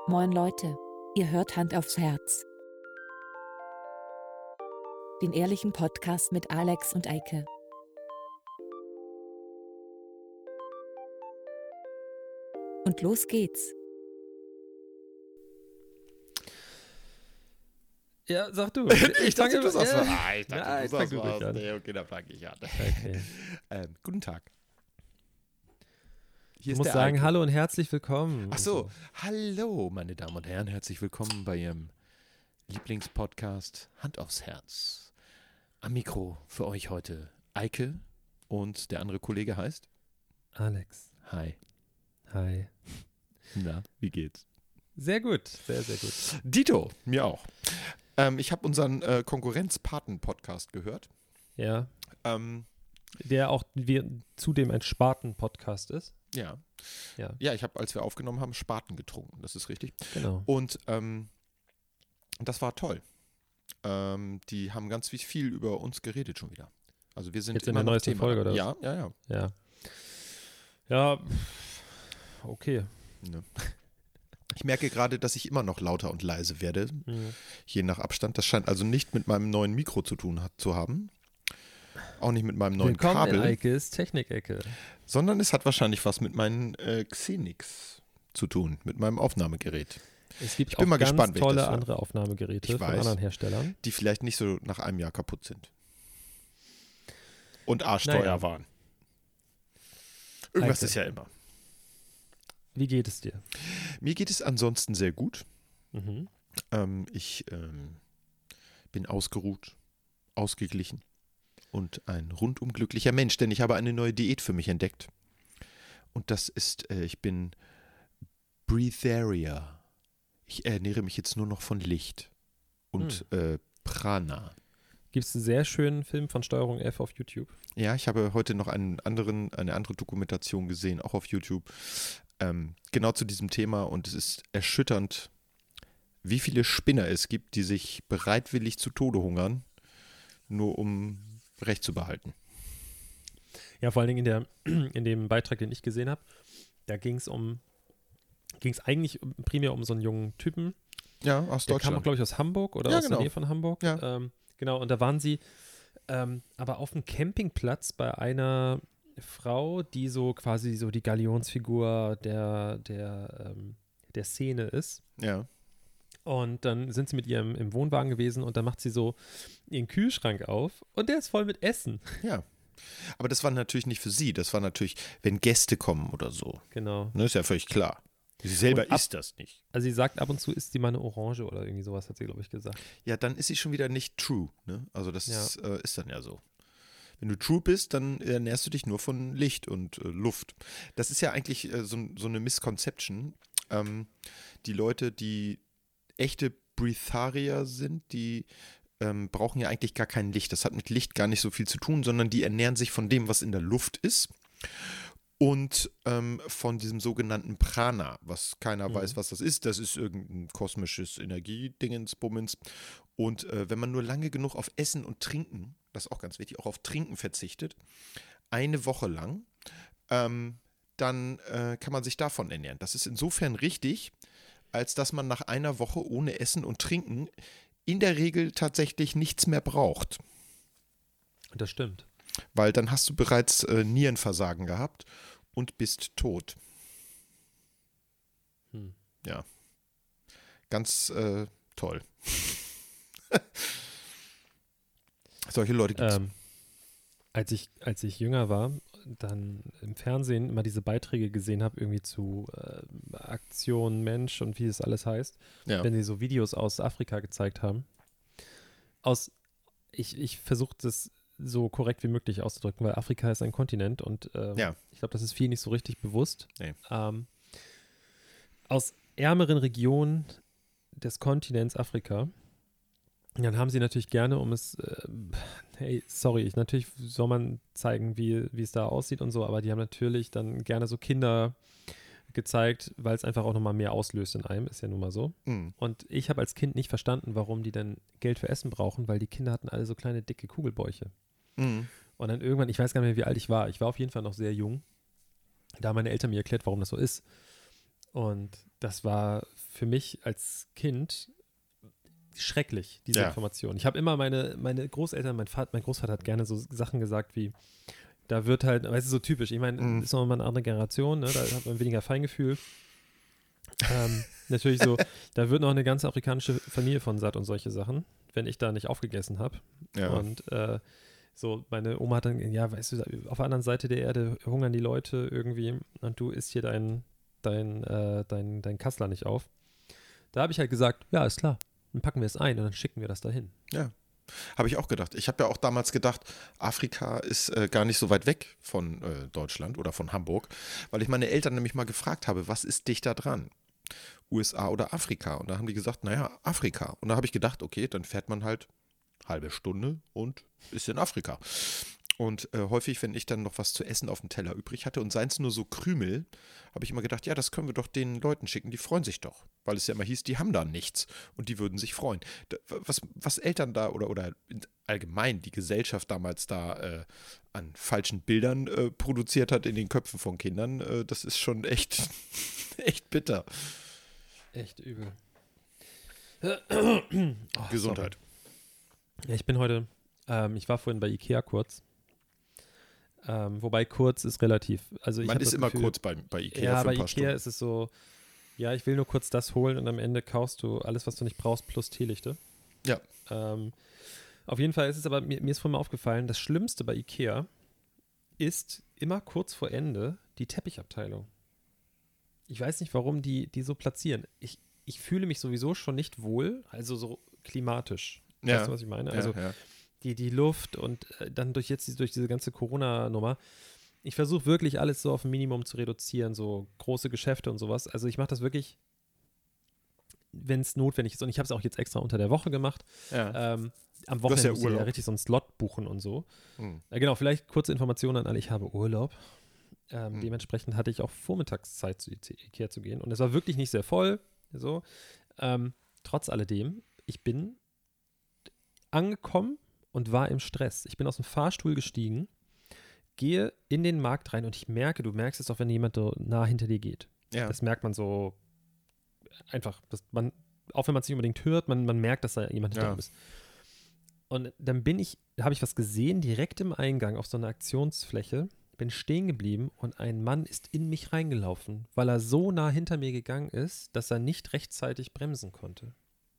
Moin Leute, ihr hört Hand aufs Herz. Den ehrlichen Podcast mit Alex und Eike. Und los geht's. Ja, sag du. Ich dachte, du sagst was. Ich dachte, du sagst was. Nee, okay, dann fange ich an. Okay. Guten Tag. Ich muss sagen, Eike. hallo und herzlich willkommen. Ach so, hallo, meine Damen und Herren. Herzlich willkommen bei Ihrem Lieblingspodcast Hand aufs Herz. Am Mikro für euch heute Eike und der andere Kollege heißt? Alex. Hi. Hi. Na, wie geht's? Sehr gut, sehr, sehr gut. Dito, mir auch. Ich habe unseren Konkurrenz-Paten-Podcast gehört. Ja. Ähm, Der auch zudem ein Spaten-Podcast ist. ja. Ja. Ja, ich habe, als wir aufgenommen haben, Spaten getrunken. Das ist richtig. Genau. Und das war toll. Die haben ganz viel über uns geredet schon wieder. Also wir sind Jetzt in immer der noch neuesten Thema. Folge, oder was? Ja. Ja. Ja, okay. Ne. Ich merke gerade, dass ich immer noch lauter und leise werde, je nach Abstand. Das scheint also nicht mit meinem neuen Mikro zu tun zu haben. Auch nicht mit meinem neuen Willkommen Kabel. in Eikes Technik-Ecke. Sondern es hat wahrscheinlich was mit meinen Xenix zu tun, mit meinem Aufnahmegerät. Es gibt bin auch mal ganz gespannt, wenn ich tolle das höre. andere Aufnahmegeräte Ich von weiß. anderen Herstellern. Die vielleicht nicht so nach einem Jahr kaputt sind. Und arschteuer Naja. waren. Irgendwas Eike. ist ja immer. Wie geht es dir? Mir geht es ansonsten sehr gut. Mhm. Ich bin ausgeruht, ausgeglichen und ein rundum glücklicher Mensch, denn ich habe eine neue Diät für mich entdeckt. Und das ist, ich bin Breatharian. Ich ernähre mich jetzt nur noch von Licht und Prana. Gibt es einen sehr schönen Film von Steuerung F auf YouTube? Ja, ich habe heute noch eine andere Dokumentation gesehen, auch auf YouTube, genau zu diesem Thema, und es ist erschütternd, wie viele Spinner es gibt, die sich bereitwillig zu Tode hungern, nur um Recht zu behalten. Ja, vor allen Dingen in dem Beitrag, den ich gesehen habe, da ging es eigentlich primär um so einen jungen Typen. Ja, aus Der kam auch, Deutschland. glaube ich, aus Hamburg oder Ja, aus genau. der Nähe von Hamburg. Ja. Genau, und da waren sie aber auf dem Campingplatz bei einer Frau, die so quasi so die Galionsfigur der Szene ist. Ja. Und dann sind sie mit ihrem im Wohnwagen gewesen und dann macht sie so ihren Kühlschrank auf und der ist voll mit Essen. Ja. Aber das war natürlich nicht für sie, das war natürlich, wenn Gäste kommen oder so. Genau. Ne, ist ja völlig klar. Sie selber Und isst das nicht. Also sie sagt ab und zu, isst sie mal eine Orange oder irgendwie sowas, hat sie, glaube ich, gesagt. Ja, dann ist sie schon wieder nicht true. Ne? Also das Ja. ist dann ja so. Wenn du true bist, dann ernährst du dich nur von Licht und Luft. Das ist ja eigentlich so eine Misconception. Die Leute, die echte Breatharier sind, die brauchen ja eigentlich gar kein Licht. Das hat mit Licht gar nicht so viel zu tun, sondern die ernähren sich von dem, was in der Luft ist. Und von diesem sogenannten Prana, was keiner weiß, was das ist. Das ist irgendein kosmisches Energiedingensbummens. Und wenn man nur lange genug auf Essen und Trinken, das ist auch ganz wichtig, auch auf Trinken verzichtet, eine Woche lang, dann kann man sich davon ernähren. Das ist insofern richtig, als dass man nach einer Woche ohne Essen und Trinken in der Regel tatsächlich nichts mehr braucht. Das stimmt. Weil dann hast du bereits Nierenversagen gehabt und bist tot. Ja. Ganz toll. Solche Leute gibt es. Als ich jünger war, dann im Fernsehen immer diese Beiträge gesehen habe, irgendwie zu Aktion Mensch und wie es alles heißt, Ja. wenn sie so Videos aus Afrika gezeigt haben. Ich versuche das so korrekt wie möglich auszudrücken, weil Afrika ist ein Kontinent und Ja. ich glaube, das ist vielen nicht so richtig bewusst. Nee. Aus ärmeren Regionen des Kontinents Afrika. Und dann haben sie natürlich gerne, natürlich soll man zeigen, wie es da aussieht und so, aber die haben natürlich dann gerne so Kinder gezeigt, weil es einfach auch nochmal mehr auslöst in einem, ist ja nun mal so. Mhm. Und ich habe als Kind nicht verstanden, warum die dann Geld für Essen brauchen, weil die Kinder hatten alle so kleine, dicke Kugelbäuche. Mhm. Und dann irgendwann, ich weiß gar nicht mehr, wie alt ich war auf jeden Fall noch sehr jung, da haben meine Eltern mir erklärt, warum das so ist. Und das war für mich als Kind schrecklich, diese Information. Ich habe immer meine Großeltern, mein Großvater hat gerne so Sachen gesagt wie, da wird halt, weißt du, so typisch, ich meine, ist noch mal eine andere Generation, ne? Da hat man weniger Feingefühl. Natürlich so, da wird noch eine ganze afrikanische Familie von satt und solche Sachen, wenn ich da nicht aufgegessen habe. Ja. Und so, meine Oma hat dann, ja, weißt du, auf der anderen Seite der Erde hungern die Leute irgendwie und du isst hier dein Kassler nicht auf. Da habe ich halt gesagt, ja, ist klar, dann packen wir es ein und dann schicken wir das dahin. Ja, habe ich auch gedacht. Ich habe ja auch damals gedacht, Afrika ist gar nicht so weit weg von Deutschland oder von Hamburg, weil ich meine Eltern nämlich mal gefragt habe, was ist dichter dran? USA oder Afrika? Und da haben die gesagt, naja, Afrika. Und da habe ich gedacht, okay, dann fährt man halt halbe Stunde und ist in Afrika. Und häufig, wenn ich dann noch was zu essen auf dem Teller übrig hatte und seien es nur so Krümel, habe ich immer gedacht, ja, das können wir doch den Leuten schicken, die freuen sich doch. Weil es ja immer hieß, die haben da nichts und die würden sich freuen. Was Eltern da oder allgemein die Gesellschaft damals da an falschen Bildern produziert hat in den Köpfen von Kindern, das ist schon echt, echt bitter. Echt übel. Gesundheit. Ja, ich bin heute, ich war vorhin bei Ikea kurz. Wobei kurz ist relativ. Also Man ist immer kurz bei Ikea. Ja, für bei ein paar Ikea Stunden. ist es so, ja, ich will nur kurz das holen und am Ende kaufst du alles, was du nicht brauchst, plus Teelichte. Ja. Auf jeden Fall ist es aber, mir ist vorhin mal aufgefallen, das Schlimmste bei Ikea ist immer kurz vor Ende die Teppichabteilung. Ich weiß nicht, warum die so platzieren. Ich fühle mich sowieso schon nicht wohl, also so klimatisch. Ja. Weißt du, was ich meine? Also ja. Die Luft und dann durch diese ganze Corona-Nummer. Ich versuche wirklich alles so auf ein Minimum zu reduzieren, so große Geschäfte und sowas. Also ich mache das wirklich, wenn es notwendig ist. Und ich habe es auch jetzt extra unter der Woche gemacht. Ja. Am Wochenende muss ich Urlaub. ja richtig so einen Slot buchen und so. Genau, vielleicht kurze Informationen an alle. Ich habe Urlaub. Dementsprechend hatte ich auch Vormittagszeit zu Ikea zu gehen. Und es war wirklich nicht sehr voll. So. Trotz alledem, ich bin angekommen und war im Stress. Ich bin aus dem Fahrstuhl gestiegen, gehe in den Markt rein und ich merke, du merkst es auch, wenn jemand so nah hinter dir geht. Ja. Das merkt man so einfach, dass man, auch wenn man es nicht unbedingt hört, man merkt, dass da jemand hinter ihm ist. Und dann habe ich was gesehen, direkt im Eingang auf so einer Aktionsfläche, bin stehen geblieben und ein Mann ist in mich reingelaufen, weil er so nah hinter mir gegangen ist, dass er nicht rechtzeitig bremsen konnte.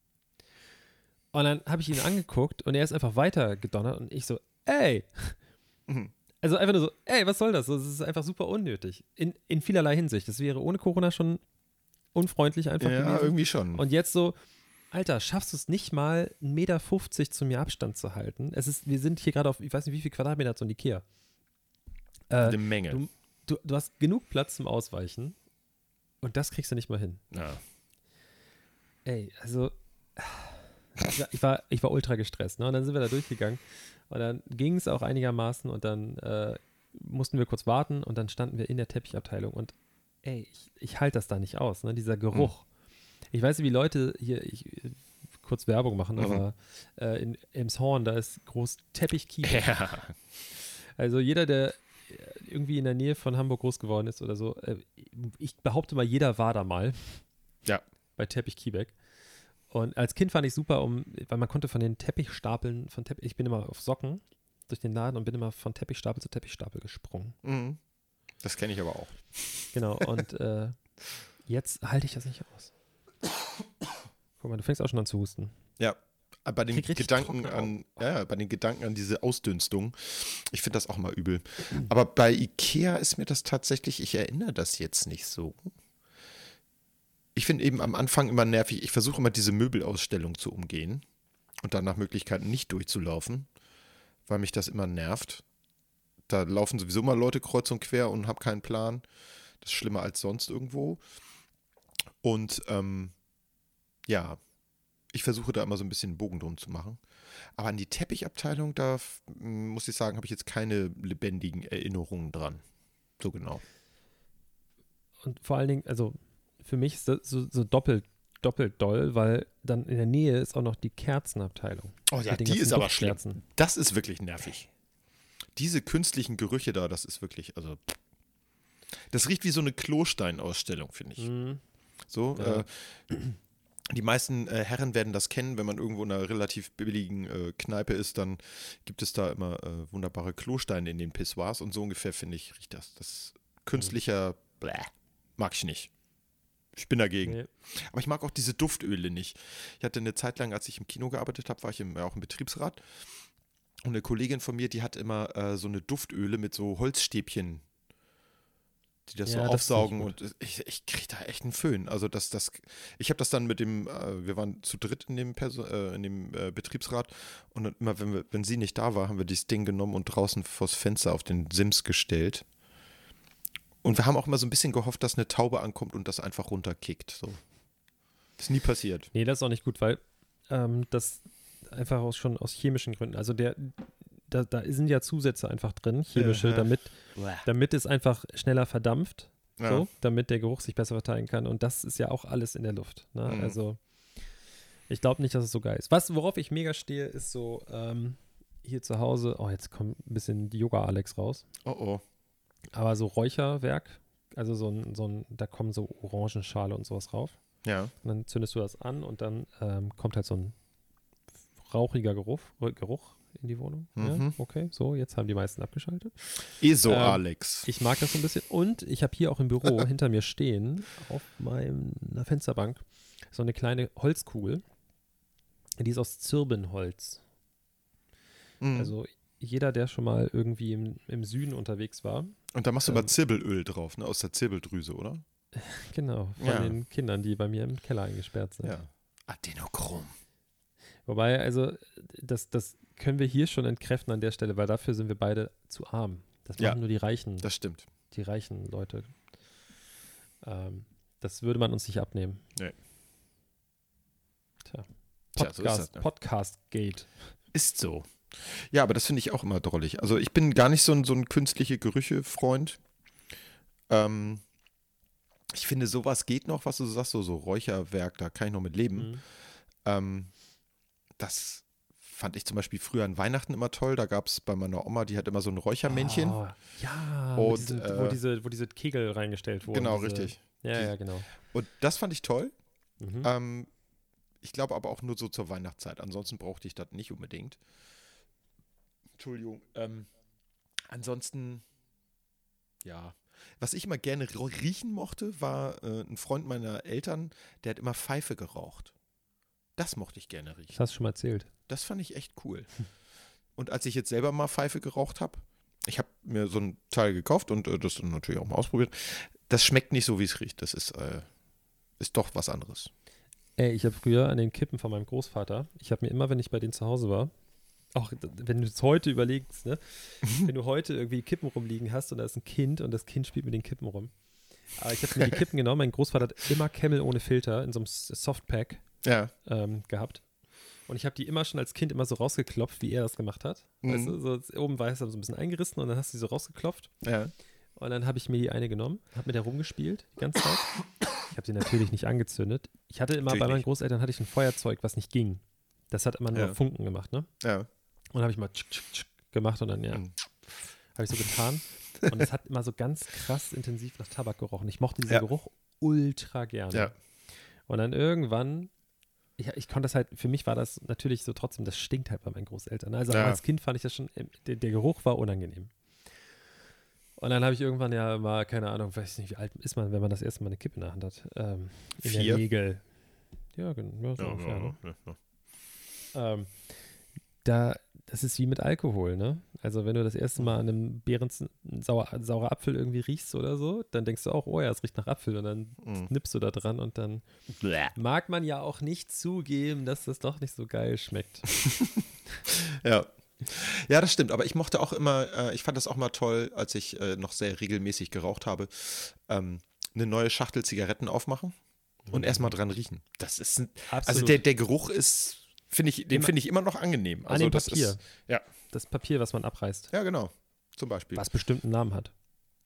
Und dann habe ich ihn angeguckt und er ist einfach weiter gedonnert und ich so, ey! Also einfach nur so, ey, was soll das? Das ist einfach super unnötig. In vielerlei Hinsicht. Das wäre ohne Corona schon unfreundlich einfach gewesen. Ja, irgendwie schon. Und jetzt so, Alter, schaffst du es nicht mal, 1,50 Meter zu mir Abstand zu halten? Wir sind hier gerade auf, ich weiß nicht, wie viel Quadratmeter hat so ein Ikea. Eine Menge. Du hast genug Platz zum Ausweichen und das kriegst du nicht mal hin. Ja. Ey, also ich war ultra gestresst, ne? Und dann sind wir da durchgegangen und dann ging es auch einigermaßen und dann mussten wir kurz warten und dann standen wir in der Teppichabteilung und ey, ich halte das da nicht aus, ne? Dieser Geruch. Ich weiß nicht, wie Leute hier kurz Werbung machen, aber in Elmshorn, da ist groß Teppichkieber. Ja. Also jeder, der irgendwie in der Nähe von Hamburg groß geworden ist oder so, ich behaupte mal, jeder war da mal. Ja. Bei Teppich Kiebeck. Und als Kind fand ich super, weil man konnte von den Teppichstapeln, ich bin immer auf Socken durch den Laden und bin immer von Teppichstapel zu Teppichstapel gesprungen. Mhm. Das kenne ich aber auch. Genau, und jetzt halte ich das nicht aus. Guck mal, du fängst auch schon an zu husten. Ja, bei den Gedanken an diese Ausdünstung, ich finde das auch mal übel. Aber bei Ikea ist mir das tatsächlich, ich erinnere das jetzt nicht so. Ich finde eben am Anfang immer nervig, ich versuche immer diese Möbelausstellung zu umgehen und dann nach Möglichkeiten nicht durchzulaufen, weil mich das immer nervt. Da laufen sowieso mal Leute kreuz und quer und haben keinen Plan. Das ist schlimmer als sonst irgendwo. Und ja, ich versuche da immer so ein bisschen einen Bogen drum zu machen. Aber an die Teppichabteilung, da muss ich sagen, habe ich jetzt keine lebendigen Erinnerungen dran. So genau. Und vor allen Dingen, also für mich ist das so doppelt doll, weil dann in der Nähe ist auch noch die Kerzenabteilung. Oh ja, die ist aber schlimm. Das ist wirklich nervig. Diese künstlichen Gerüche da, das ist wirklich, also. Das riecht wie so eine Klosteinausstellung, finde ich. Mhm. So, Ja. Die meisten Herren werden das kennen, wenn man irgendwo in einer relativ billigen Kneipe ist, dann gibt es da immer wunderbare Klosteine in den Pissoirs und so ungefähr, finde ich, riecht das. Das ist künstlicher, mag ich nicht. Ich bin dagegen. Nee. Aber ich mag auch diese Duftöle nicht. Ich hatte eine Zeit lang, als ich im Kino gearbeitet habe, war ich auch im Betriebsrat. Und eine Kollegin von mir, die hat immer so eine Duftöle mit so Holzstäbchen, die das so Ja, das ist aufsaugen. nicht Und ich kriege da echt einen Föhn. Also ich habe das dann mit dem, wir waren zu dritt in dem Betriebsrat. Und dann immer, wenn sie nicht da war, haben wir dieses Ding genommen und draußen vors Fenster auf den Sims gestellt. Und wir haben auch immer so ein bisschen gehofft, dass eine Taube ankommt und das einfach runterkickt. So. Das ist nie passiert. Nee, das ist auch nicht gut, weil das einfach schon aus chemischen Gründen, also da sind ja Zusätze einfach drin, chemische, damit es einfach schneller verdampft, Ja. so, damit der Geruch sich besser verteilen kann. Und das ist ja auch alles in der Luft. Ne? Mhm. Also ich glaube nicht, dass es so geil ist. Worauf ich mega stehe, ist so hier zu Hause, jetzt kommt ein bisschen die Yoga-Alex raus. Oh. Aber so Räucherwerk, also da kommen so Orangenschale und sowas rauf. Ja. Und dann zündest du das an und dann kommt halt so ein rauchiger Geruch in die Wohnung. Ja, Mhm. okay, so, jetzt haben die meisten abgeschaltet. Alex. Ich mag das so ein bisschen. Und ich habe hier auch im Büro hinter mir stehen, auf meiner Fensterbank, so eine kleine Holzkugel. Die ist aus Zirbenholz. Mhm. Also jeder, der schon mal irgendwie im Süden unterwegs war. Und da machst du aber Zirbelöl drauf, ne? Aus der Zirbeldrüse, oder? Genau, von Ja. den Kindern, die bei mir im Keller eingesperrt sind. Ja. Adenochrom. Wobei, also, das können wir hier schon entkräften an der Stelle, weil dafür sind wir beide zu arm. Das machen Ja, nur die reichen stimmt. Leute. Das würde man uns nicht abnehmen. Nee. Tja. Tja, so ist das, ne? Podcast-Gate. Ist so. Ja, aber das finde ich auch immer drollig. Also ich bin gar nicht so ein künstliche Gerüche-Freund. Ich finde, sowas geht noch, was du sagst, so Räucherwerk, da kann ich noch mit leben. Mhm. Das fand ich zum Beispiel früher an Weihnachten immer toll. Da gab es bei meiner Oma, die hat immer so ein Räuchermännchen. Oh, ja, Und, wo diese Kegel reingestellt wurden. Genau, richtig. Ja, genau. Und das fand ich toll. Mhm. Ich glaube aber auch nur so zur Weihnachtszeit. Ansonsten brauchte ich das nicht unbedingt. Entschuldigung. Ansonsten, ja. Was ich immer gerne riechen mochte, war ein Freund meiner Eltern, der hat immer Pfeife geraucht. Das mochte ich gerne riechen. Das hast du schon mal erzählt. Das fand ich echt cool. Und als ich jetzt selber mal Pfeife geraucht habe, ich habe mir so ein Teil gekauft und das dann natürlich auch mal ausprobiert. Das schmeckt nicht so, wie es riecht. Das ist doch was anderes. Ich habe früher an den Kippen von meinem Großvater, ich habe mir immer, wenn ich bei denen zu Hause war, auch wenn du es heute überlegst, ne, wenn du heute irgendwie Kippen rumliegen hast und da ist ein Kind und das Kind spielt mit den Kippen rum. Aber ich habe mir die Kippen genommen, mein Großvater hat immer Camel ohne Filter in so einem Softpack gehabt. Und ich habe die immer schon als Kind immer so rausgeklopft, wie er das gemacht hat. Mhm. Weißt du, so oben war es dann so ein bisschen eingerissen und dann hast du die so rausgeklopft. Ja. Und dann habe ich mir die eine genommen, habe mit der rumgespielt die ganze Zeit. Ich habe sie natürlich nicht angezündet. Ich hatte immer Natürlich bei meinen nicht. Großeltern hatte ich ein Feuerzeug, was nicht ging. Das hat immer nur Funken gemacht, ne? Ja. Und dann habe ich mal gemacht und dann, Mhm. habe ich so getan. Und es hat immer so ganz krass intensiv nach Tabak gerochen. Ich mochte diesen Ja. Geruch ultra gerne. Ja. Und dann irgendwann, ich konnte das halt, für mich war das natürlich so trotzdem, das stinkt halt bei meinen Großeltern. Also Ja. auch als Kind fand ich das schon, der Geruch war unangenehm. Und dann habe ich irgendwann ja mal, keine Ahnung, weiß nicht, wie alt ist man, wenn man das erste Mal eine Kippe in der Hand hat. In 4. der Regel. Ja, genau. So ungefähr, ne? Das ist wie mit Alkohol, ne? Also wenn du das erste Mal an einem saurer Apfel irgendwie riechst oder so, dann denkst du auch, oh ja, es riecht nach Apfel und dann nippst du da dran und dann mag man ja auch nicht zugeben, dass das doch nicht so geil schmeckt. Ja. Ja, das stimmt. Aber ich mochte auch immer, ich fand das auch mal toll, als ich noch sehr regelmäßig geraucht habe, eine neue Schachtel Zigaretten aufmachen und erstmal dran riechen. Das ist also der Geruch ist, finde ich immer noch angenehm. Also an dem das Papier. Ist, ja. Das Papier, was man abreißt. Ja, genau. Zum Beispiel. Was bestimmt einen Namen hat.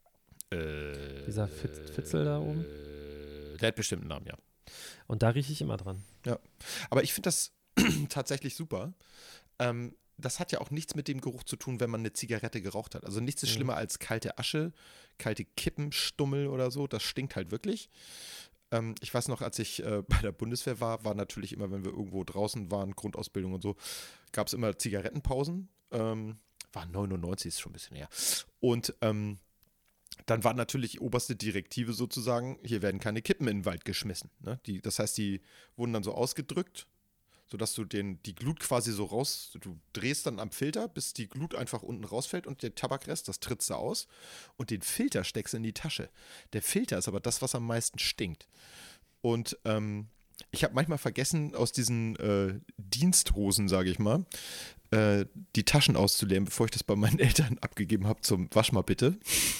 Dieser Fitzel da oben. Der hat bestimmt einen Namen, ja. Und da rieche ich immer dran. Ja. Aber ich finde das tatsächlich super. das hat ja auch nichts mit dem Geruch zu tun, wenn man eine Zigarette geraucht hat. Also nichts ist schlimmer als kalte Asche, kalte Kippenstummel oder so. Das stinkt halt wirklich. Ich weiß noch, als ich bei der Bundeswehr war natürlich immer, wenn wir irgendwo draußen waren, Grundausbildung und so, gab es immer Zigarettenpausen. War 99, ist schon ein bisschen her. Und dann war natürlich oberste Direktive sozusagen, hier werden keine Kippen in den Wald geschmissen. Ne? Das heißt, die wurden dann so ausgedrückt, sodass du die Glut quasi so du drehst dann am Filter, bis die Glut einfach unten rausfällt und der Tabakrest, das trittst du aus und den Filter steckst in die Tasche. Der Filter ist aber das, was am meisten stinkt. Und ich habe manchmal vergessen, aus diesen Diensthosen, sage ich mal, die Taschen auszuleeren, bevor ich das bei meinen Eltern abgegeben habe zum Wasch mal bitte.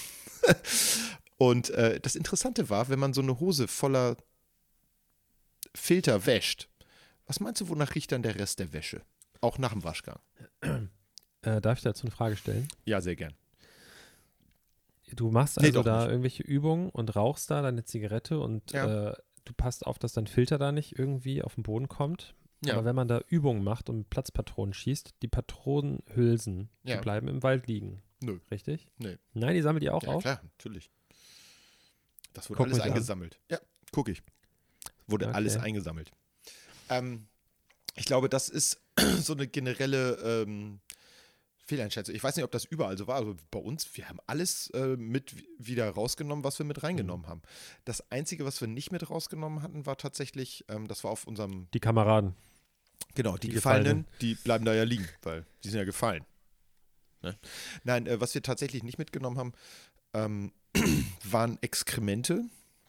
Und das Interessante war, wenn man so eine Hose voller Filter wäscht, was meinst du, wonach riecht dann der Rest der Wäsche? Auch nach dem Waschgang. Darf ich dazu eine Frage stellen? Ja, sehr gern. Du machst also da nicht. irgendwelche Übungen und rauchst da deine Zigarette und du passt auf, dass dein Filter da nicht irgendwie auf den Boden kommt. Ja. Aber wenn man da Übungen macht und mit Platzpatronen schießt, die Patronenhülsen, die bleiben im Wald liegen. Nö. Richtig? Nee. Nein, die sammelt ihr auch auf? Ja, klar, natürlich. Das wurde Guck alles mich an. eingesammelt. Ja, gucke ich. Wurde alles eingesammelt. Ich glaube, das ist so eine generelle Fehleinschätzung. Ich weiß nicht, ob das überall so war. Also bei uns, wir haben alles mit wieder rausgenommen, was wir mit reingenommen haben. Das Einzige, was wir nicht mit rausgenommen hatten, war tatsächlich, das war auf unserem... Die Kameraden. Genau, die Gefallenen, die bleiben da ja liegen, weil die sind ja gefallen. Ne? Nein, was wir tatsächlich nicht mitgenommen haben, waren Exkremente.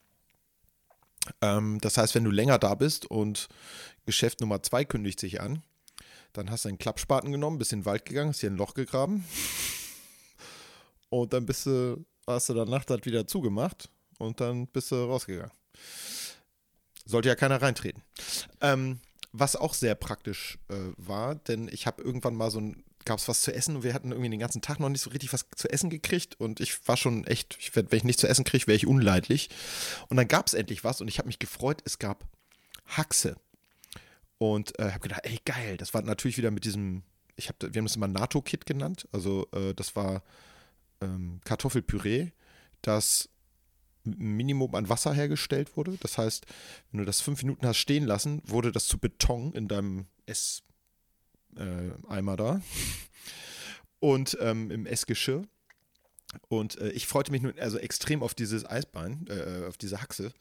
Das heißt, wenn du länger da bist und Geschäft Nummer 2 kündigt sich an, dann hast du einen Klappspaten genommen, bist in den Wald gegangen, hast hier ein Loch gegraben und dann hast du danach das wieder zugemacht und dann bist du rausgegangen. Sollte ja keiner reintreten. Was auch sehr praktisch war, denn ich habe irgendwann mal gab es was zu essen und wir hatten irgendwie den ganzen Tag noch nicht so richtig was zu essen gekriegt und ich war schon echt, wenn ich nichts zu essen kriege, wäre ich unleidlich. Und dann gab es endlich was und ich habe mich gefreut, es gab Haxe. Und habe gedacht, ey geil, das war natürlich wieder mit diesem, wir haben das immer NATO-Kit genannt, also das war Kartoffelpüree, das Minimum an Wasser hergestellt wurde. Das heißt, wenn du das 5 Minuten hast stehen lassen, wurde das zu Beton in deinem Eimer da und im Essgeschirr. Und ich freute mich nun also extrem auf dieses Eisbein, auf diese Haxe.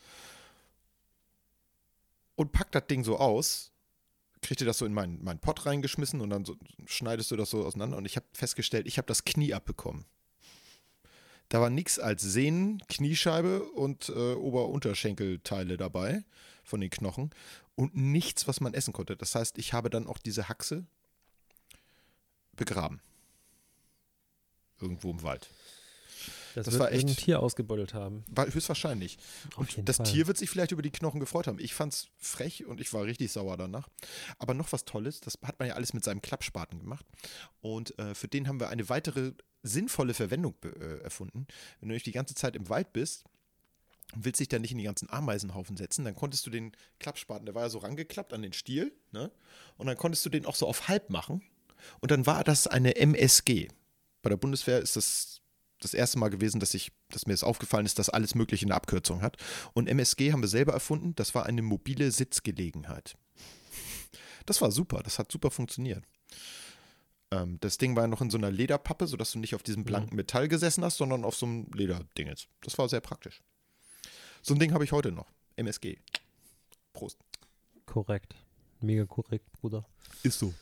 Und pack das Ding so aus, kriegte das so in meinen Pott reingeschmissen und dann so schneidest du das so auseinander. Und ich habe festgestellt, ich habe das Knie abbekommen. Da war nichts als Sehnen, Kniescheibe und Ober-Unterschenkelteile dabei von den Knochen und nichts, was man essen konnte. Das heißt, ich habe dann auch diese Haxe begraben. Irgendwo im Wald. Das war wird echt ein Tier ausgebuddelt haben. War höchstwahrscheinlich. Und das Tier wird sich vielleicht über die Knochen gefreut haben. Ich fand's frech und ich war richtig sauer danach. Aber noch was Tolles, das hat man ja alles mit seinem Klappspaten gemacht. Und für den haben wir eine weitere sinnvolle Verwendung erfunden. Wenn du nicht die ganze Zeit im Wald bist und willst dich dann nicht in die ganzen Ameisenhaufen setzen, dann konntest du den Klappspaten, der war ja so rangeklappt an den Stiel, ne? Und dann konntest du den auch so auf halb machen. Und dann war das eine MSG. Bei der Bundeswehr ist das erste Mal gewesen, dass mir das aufgefallen ist, dass alles Mögliche eine Abkürzung hat. Und MSG haben wir selber erfunden, das war eine mobile Sitzgelegenheit. Das war super, das hat super funktioniert. Das Ding war ja noch in so einer Lederpappe, sodass du nicht auf diesem blanken Metall gesessen hast, sondern auf so einem Lederdingens. Das war sehr praktisch. So ein Ding habe ich heute noch. MSG. Prost. Korrekt. Mega korrekt, Bruder. Ist so.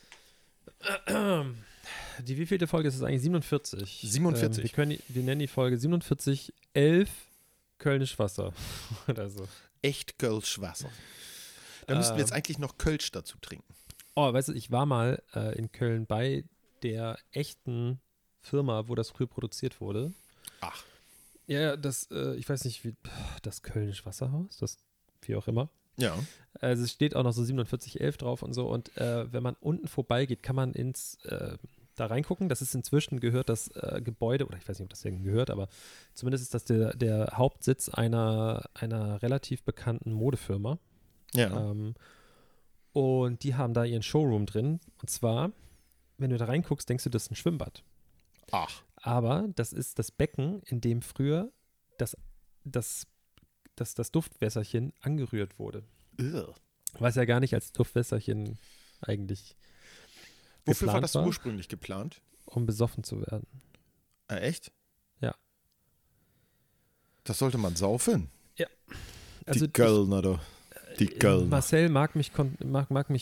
Die wievielte Folge ist es eigentlich? 47. 47. Wir nennen die Folge 4711 Kölnisch Wasser. Oder so. Echt Kölsch Wasser. Da müssten wir jetzt eigentlich noch Kölsch dazu trinken. Oh, weißt du, ich war mal in Köln bei der echten Firma, wo das früher produziert wurde. Ach. Ja, ich weiß nicht, wie, das Kölnisch Wasserhaus, wie auch immer. Ja. Also es steht auch noch so 4711 drauf und so. Und wenn man unten vorbeigeht, kann man da reingucken. Das ist inzwischen gehört das Gebäude, oder ich weiß nicht, ob das denen gehört, aber zumindest ist das der Hauptsitz einer relativ bekannten Modefirma. Ja. Und die haben da ihren Showroom drin. Und zwar wenn du da reinguckst, denkst du, das ist ein Schwimmbad. Ach. Aber das ist das Becken, in dem früher das Duftwässerchen angerührt wurde. Ugh. Was ja gar nicht als Duftwässerchen eigentlich Wofür war geplant das ursprünglich geplant? um besoffen zu werden. Echt? Ja. Das sollte man saufen. Ja. Also die Kölner, da. Die Kölner. Marcel mag mich kontrollieren.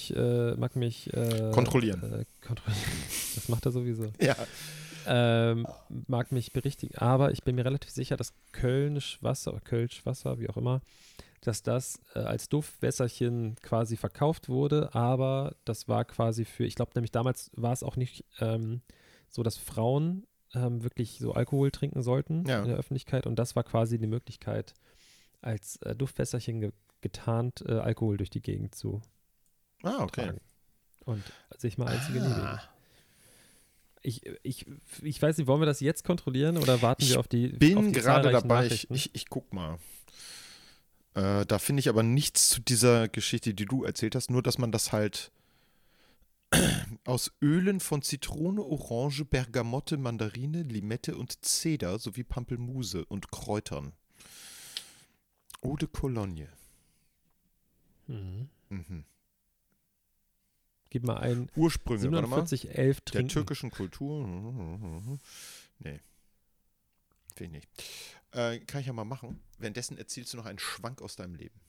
Das macht er sowieso. Ja. Mag mich berichtigen, aber ich bin mir relativ sicher, dass Kölsch Wasser, wie auch immer, dass das als Duftwässerchen quasi verkauft wurde, aber das war quasi ich glaube nämlich damals war es auch nicht so, dass Frauen wirklich so Alkohol trinken sollten in der Öffentlichkeit und das war quasi die Möglichkeit, als Duftwässerchen getarnt Alkohol durch die Gegend zu tragen und sich mal eins genehmigen. Ich weiß nicht, wollen wir das jetzt kontrollieren oder warten wir auf die Ich bin gerade dabei, Nachrichten? ich guck mal. Da finde ich aber nichts zu dieser Geschichte, die du erzählt hast, nur dass man das halt aus Ölen von Zitrone, Orange, Bergamotte, Mandarine, Limette und Zeder sowie Pampelmuse und Kräutern. Eau de Cologne. Mhm. Mhm. Gib mal ein Ursprünge, 4711 der trinken. türkischen Kultur. Nee. Will ich nicht. Kann ich ja mal machen. Währenddessen erzählst du noch einen Schwank aus deinem Leben.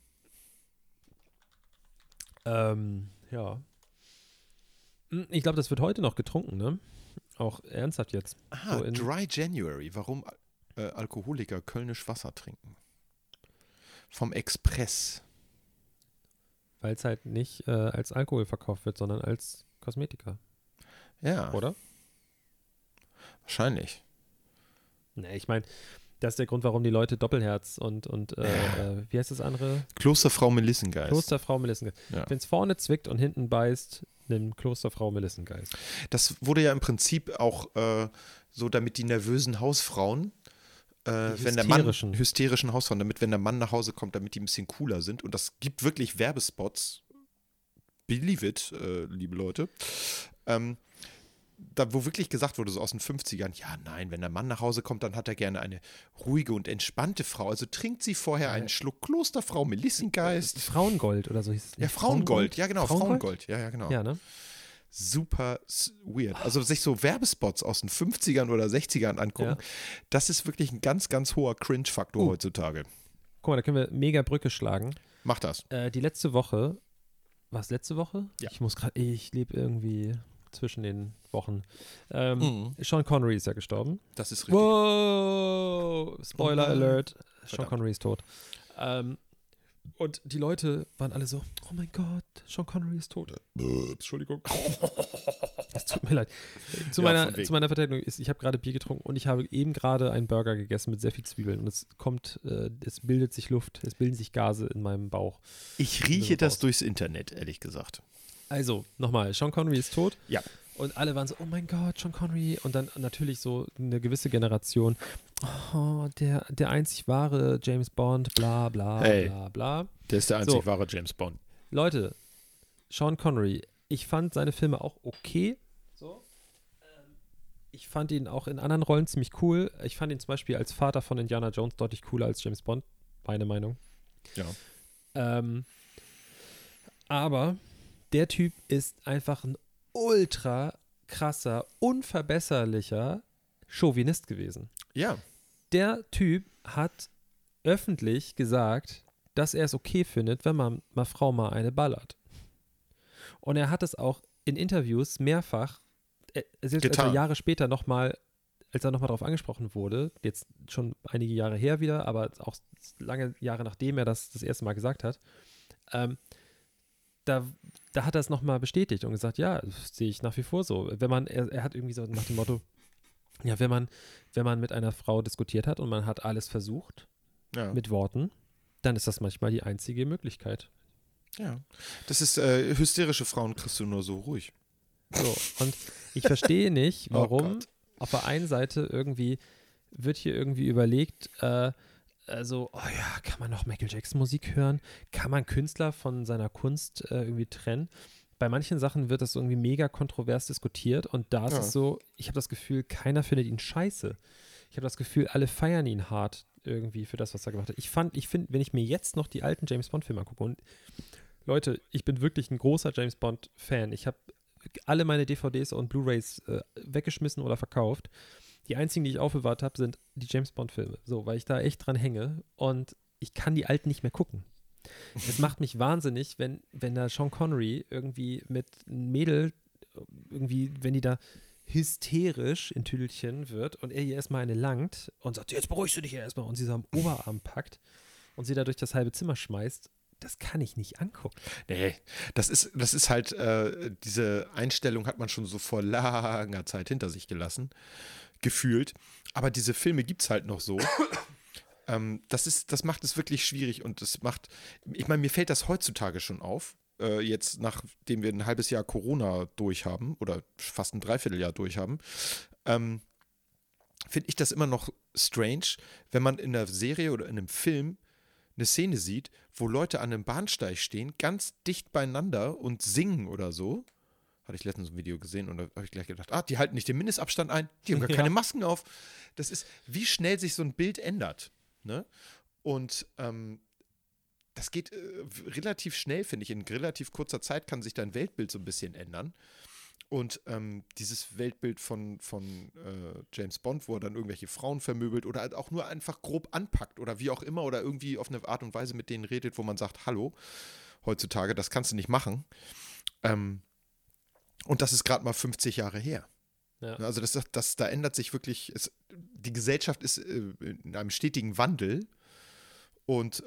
Ja. Ich glaube, das wird heute noch getrunken, ne? Auch ernsthaft jetzt. So Dry January. Warum Alkoholiker kölnisch Wasser trinken? Vom Express. Weil es halt nicht als Alkohol verkauft wird, sondern als Kosmetika. Ja. Oder? Wahrscheinlich. Ne, ich meine, das ist der Grund, warum die Leute Doppelherz und wie heißt das andere? Klosterfrau Melissengeist. Klosterfrau Melissengeist. Ja. Wenn es vorne zwickt und hinten beißt, nimm Klosterfrau Melissengeist. Das wurde ja im Prinzip auch so, damit die nervösen Hausfrauen, wenn der Mann, hysterischen Hausfrauen, damit wenn der Mann nach Hause kommt, damit die ein bisschen cooler sind. Und das gibt wirklich Werbespots. Believe it, liebe Leute. Da, wo wirklich gesagt wurde, so aus den 50ern, ja, nein, wenn der Mann nach Hause kommt, dann hat er gerne eine ruhige und entspannte Frau. Also trinkt sie vorher einen Schluck Klosterfrau Melissengeist. Frauengold oder so hieß es. Ja, Frauengold. Ja, genau, Frauengold. Ja, genau. Ja, ne? Super weird. Also sich so Werbespots aus den 50ern oder 60ern angucken, das ist wirklich ein ganz, ganz hoher Cringe-Faktor heutzutage. Guck mal, da können wir mega Brücke schlagen. Mach das. Die letzte Woche, war es letzte Woche? Ja. Ich lebe irgendwie zwischen den Wochen. Sean Connery ist ja gestorben. Das ist richtig. Wow! Spoiler Alert. Sean Verdammt. Connery ist tot. Und die Leute waren alle so, oh mein Gott, Sean Connery ist tot. Entschuldigung. Es tut mir leid. Zu meiner Verteidigung ist, ich habe gerade Bier getrunken und ich habe eben gerade einen Burger gegessen mit sehr viel Zwiebeln und es bildet sich Luft, es bilden sich Gase in meinem Bauch. Ich rieche das durchs Internet, ehrlich gesagt. Also, nochmal, Sean Connery ist tot. Ja. Und alle waren so, oh mein Gott, Sean Connery. Und dann natürlich so eine gewisse Generation, oh, der einzig wahre James Bond, bla bla bla bla. Der ist der einzig wahre James Bond. Leute, Sean Connery, ich fand seine Filme auch okay. So. Ich fand ihn auch in anderen Rollen ziemlich cool. Ich fand ihn zum Beispiel als Vater von Indiana Jones deutlich cooler als James Bond, meine Meinung. Ja. Aber der Typ ist einfach ein ultra krasser, unverbesserlicher Chauvinist gewesen. Ja. Der Typ hat öffentlich gesagt, dass er es okay findet, wenn man mal Frau mal eine ballert. Und er hat es auch in Interviews mehrfach, selbst als er Jahre später nochmal, als er nochmal darauf angesprochen wurde, jetzt schon einige Jahre her wieder, aber auch lange Jahre nachdem er das erste Mal gesagt hat, da hat er es nochmal bestätigt und gesagt, ja, das sehe ich nach wie vor so. Er hat irgendwie so nach dem Motto, ja, wenn man mit einer Frau diskutiert hat und man hat alles versucht mit Worten, dann ist das manchmal die einzige Möglichkeit. Ja, das ist, hysterische Frauen kriegst du nur so ruhig. So, und ich verstehe nicht, warum auf der einen Seite wird hier irgendwie überlegt, also, oh ja, kann man noch Michael Jackson Musik hören? Kann man Künstler von seiner Kunst irgendwie trennen? bei manchen Sachen wird das irgendwie mega kontrovers diskutiert und da ist es so, ich habe das Gefühl, keiner findet ihn scheiße. Ich habe das Gefühl, alle feiern ihn hart irgendwie für das, was er gemacht hat. Ich finde, wenn ich mir jetzt noch die alten James-Bond-Filme angucke und Leute, ich bin wirklich ein großer James-Bond-Fan. Ich habe alle meine DVDs und Blu-Rays weggeschmissen oder verkauft. Die einzigen, die ich aufbewahrt habe, sind die James-Bond-Filme. So, weil ich da echt dran hänge und ich kann die alten nicht mehr gucken. Es macht mich wahnsinnig, wenn da Sean Connery irgendwie mit einem Mädel irgendwie, wenn die da hysterisch in Tüdelchen wird und er ihr erstmal eine langt und sagt, jetzt beruhigst du dich erstmal und sie so am Oberarm packt und sie da durch das halbe Zimmer schmeißt. Das kann ich nicht angucken. Nee, das ist halt, diese Einstellung hat man schon so vor langer Zeit hinter sich gelassen, gefühlt. Aber diese Filme gibt es halt noch so. Das macht es wirklich schwierig und ich meine, mir fällt das heutzutage schon auf, jetzt nachdem wir ein halbes Jahr Corona durch haben oder fast ein Dreivierteljahr durch haben, finde ich das immer noch strange, wenn man in einer Serie oder in einem Film eine Szene sieht, wo Leute an einem Bahnsteig stehen, ganz dicht beieinander und singen oder so. Hatte ich letztens ein Video gesehen und da habe ich gleich gedacht, die halten nicht den Mindestabstand ein, die haben gar keine Masken auf. Das ist, wie schnell sich so ein Bild ändert. Ne? Und das geht relativ schnell, finde ich. In relativ kurzer Zeit kann sich dein Weltbild so ein bisschen ändern. Und dieses Weltbild von James Bond, wo er dann irgendwelche Frauen vermöbelt oder halt auch nur einfach grob anpackt oder wie auch immer oder irgendwie auf eine Art und Weise mit denen redet, wo man sagt, hallo, heutzutage, das kannst du nicht machen. Und das ist gerade mal 50 Jahre her. Ja. Also da ändert sich wirklich, die Gesellschaft ist in einem stetigen Wandel und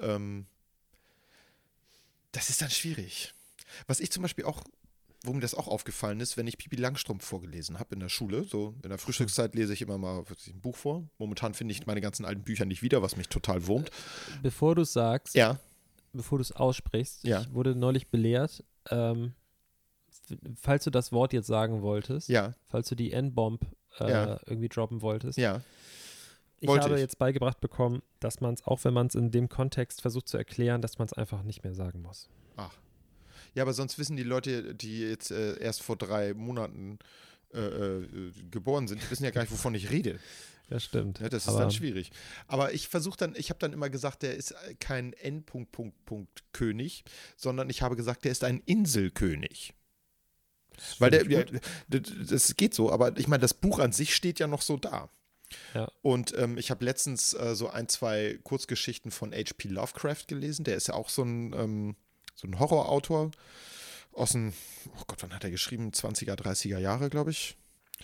das ist dann schwierig. Was ich zum Beispiel auch, wo mir das auch aufgefallen ist, wenn ich Pippi Langstrumpf vorgelesen habe in der Schule, so in der Frühstückszeit lese ich immer mal ein Buch vor. Momentan finde ich meine ganzen alten Bücher nicht wieder, was mich total wurmt. Bevor du es sagst, bevor du es aussprichst, ich wurde neulich belehrt, falls du das Wort jetzt sagen wolltest, falls du die N-Bomb irgendwie droppen wolltest. Ja. Ich habe jetzt beigebracht bekommen, dass man es, auch wenn man es in dem Kontext versucht zu erklären, dass man es einfach nicht mehr sagen muss. Ach. Ja, aber sonst wissen die Leute, die jetzt erst vor 3 Monaten geboren sind, die wissen ja gar nicht, wovon ich rede. Das stimmt. Ja, das ist dann schwierig. Aber ich habe dann immer gesagt, der ist kein N-König, sondern ich habe gesagt, der ist ein Inselkönig. Weil das geht so, aber ich meine, das Buch an sich steht ja noch so da. Ja. Und ich habe letztens so 2 Kurzgeschichten von H.P. Lovecraft gelesen. Der ist ja auch so ein Horrorautor aus den, oh Gott, wann hat er geschrieben? 20er, 30er Jahre, glaube ich.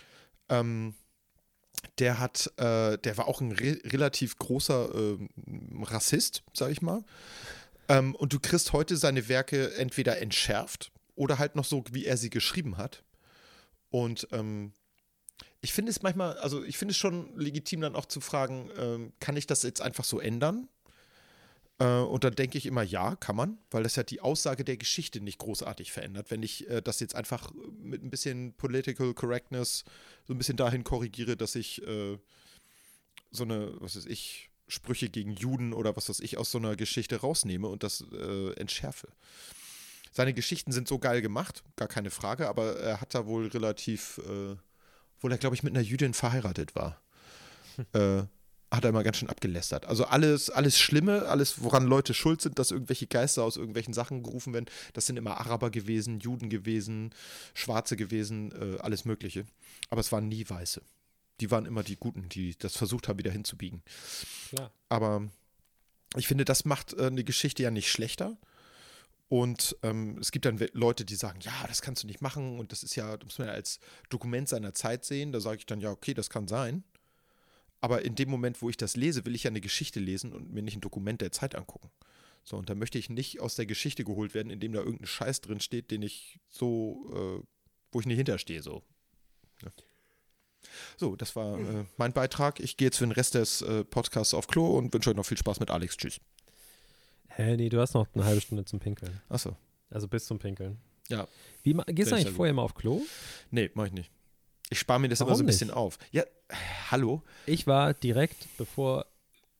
Der war auch ein relativ großer Rassist, sag ich mal. Und du kriegst heute seine Werke entweder entschärft oder halt noch so, wie er sie geschrieben hat. Und ich finde es manchmal, also ich finde es schon legitim dann auch zu fragen, kann ich das jetzt einfach so ändern? Und dann denke ich immer, ja, kann man, weil das ja die Aussage der Geschichte nicht großartig verändert. Wenn ich das jetzt einfach mit ein bisschen Political Correctness so ein bisschen dahin korrigiere, dass ich so eine, was weiß ich, Sprüche gegen Juden oder was weiß ich aus so einer Geschichte rausnehme und das entschärfe. Seine Geschichten sind so geil gemacht, gar keine Frage, aber er hat da wohl relativ, obwohl er, glaube ich, mit einer Jüdin verheiratet war, hat er immer ganz schön abgelästert. Also alles Schlimme, alles, woran Leute schuld sind, dass irgendwelche Geister aus irgendwelchen Sachen gerufen werden, das sind immer Araber gewesen, Juden gewesen, Schwarze gewesen, alles Mögliche. Aber es waren nie Weiße. Die waren immer die Guten, die das versucht haben, wieder hinzubiegen. Klar. Aber ich finde, das macht eine Geschichte ja nicht schlechter. Und es gibt dann Leute, die sagen, ja, das kannst du nicht machen und das ist ja, das muss man ja als Dokument seiner Zeit sehen. Da sage ich dann, ja, okay, das kann sein. Aber in dem Moment, wo ich das lese, will ich ja eine Geschichte lesen und mir nicht ein Dokument der Zeit angucken. So, und da möchte ich nicht aus der Geschichte geholt werden, indem da irgendein Scheiß drin steht, den ich so, wo ich nicht hinterstehe, so. Ja. So, das war mein Beitrag. Ich gehe jetzt für den Rest des Podcasts auf Klo und wünsche euch noch viel Spaß mit Alex. Tschüss. Hä, nee, du hast noch eine halbe Stunde zum Pinkeln. Achso. Also bis zum Pinkeln. Ja. Gehst du eigentlich vorher mal auf Klo? Nee, mach ich nicht. Ich spare mir das immer so ein bisschen auf. Ja, hallo? Ich war direkt, bevor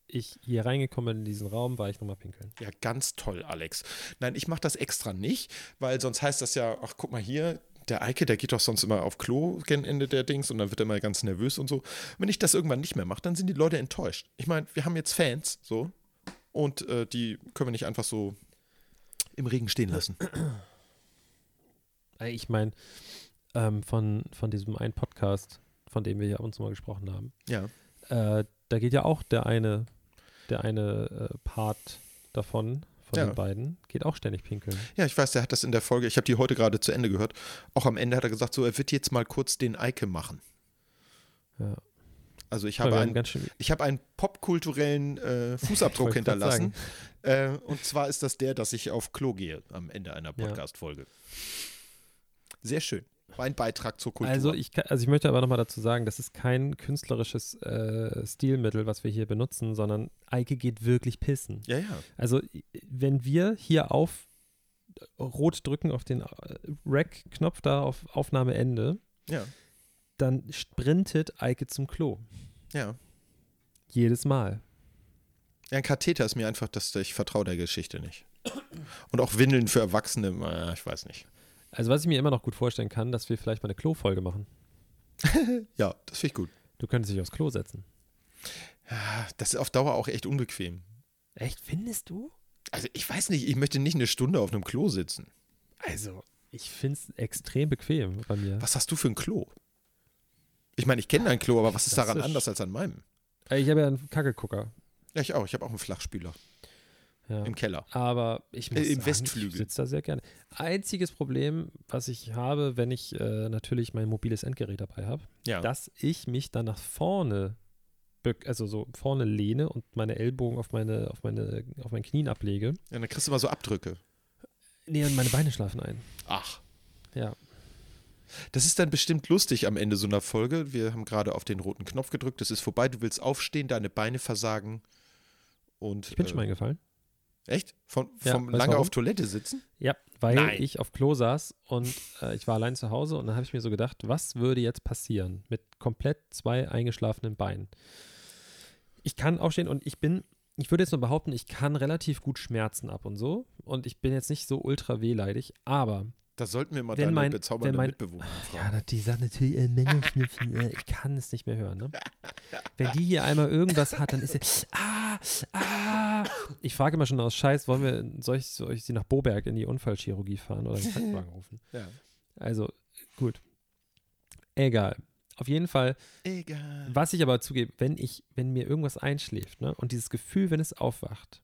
ich hier reingekommen bin in diesen Raum, war ich nochmal pinkeln. Ja, ganz toll, Alex. Nein, ich mache das extra nicht, weil sonst heißt das ja, ach, guck mal hier, der Eike, der geht doch sonst immer auf Klo gegen Ende der Dings und dann wird er immer ganz nervös und so. Wenn ich das irgendwann nicht mehr mache, dann sind die Leute enttäuscht. Ich meine, wir haben jetzt Fans, so, und die können wir nicht einfach so im Regen stehen lassen. Ich meine, von diesem einen Podcast, von dem wir hier ab und zu mal gesprochen haben, Ja. da geht ja auch der eine Part davon, von den beiden, geht auch ständig pinkeln. Ja, ich weiß, der hat das in der Folge, ich habe die heute gerade zu Ende gehört, auch am Ende hat er gesagt, so, er wird jetzt mal kurz den Eike machen. Ja. Also ich habe einen popkulturellen Fußabdruck hinterlassen. Und zwar ist das der, dass ich auf Klo gehe am Ende einer Podcast-Folge. Sehr schön. War ein Beitrag zur Kultur. Also ich möchte aber nochmal dazu sagen, das ist kein künstlerisches Stilmittel, was wir hier benutzen, sondern Eike geht wirklich pissen. Ja, ja. Also wenn wir hier auf Rot drücken auf den Rec-Knopf da auf Aufnahmeende, Ja. dann sprintet Eike zum Klo. Ja. Jedes Mal. Ja, ein Katheter ist mir einfach, ich vertraue der Geschichte nicht. Und auch Windeln für Erwachsene, ich weiß nicht. Also was ich mir immer noch gut vorstellen kann, dass wir vielleicht mal eine Klo-Folge machen. Ja, das finde ich gut. Du könntest dich aufs Klo setzen. Ja, das ist auf Dauer auch echt unbequem. Echt, findest du? Also ich weiß nicht, ich möchte nicht eine Stunde auf einem Klo sitzen. Also, ich finde es extrem bequem bei mir. Was hast du für ein Klo? Ich meine, ich kenne dein Klo, aber was ist daran anders als an meinem? Ich habe ja einen Kackelgucker. Ja, ich auch. Ich habe auch einen Flachspüler. Ja. Im Keller. Aber ich muss im sagen, Westflügel. Ich sitze da sehr gerne. Einziges Problem, was ich habe, wenn ich natürlich mein mobiles Endgerät dabei habe, dass ich mich dann nach vorne, also so vorne lehne und meine Ellbogen auf meinen Knien ablege. Ja, dann kriegst du mal so Abdrücke. Nee, und meine Beine schlafen ein. Ach. Ja. Das ist dann bestimmt lustig am Ende so einer Folge. Wir haben gerade auf den roten Knopf gedrückt. Es ist vorbei. Du willst aufstehen, deine Beine versagen. Und, ich bin schon mal eingefallen. Echt? Vom lange auf Toilette sitzen? Ja, weil ich auf Klo saß und ich war allein zu Hause und dann habe ich mir so gedacht, was würde jetzt passieren mit komplett 2 eingeschlafenen Beinen? Ich kann aufstehen und ich würde jetzt nur behaupten, ich kann relativ gut Schmerzen ab und so und ich bin jetzt nicht so ultra wehleidig, aber da sollten wir mal deine bezaubernde Mitbewohner fragen. Ja, die sagt natürlich, ich kann es nicht mehr hören. Ne? Wenn die hier einmal irgendwas hat, dann ist sie, Ich frage immer schon aus Scheiß, soll ich sie nach Boberg in die Unfallchirurgie fahren oder einen Krankenwagen rufen? Ja. Also, gut. Egal. Auf jeden Fall, was ich aber zugebe, wenn mir irgendwas einschläft, ne, und dieses Gefühl, wenn es aufwacht,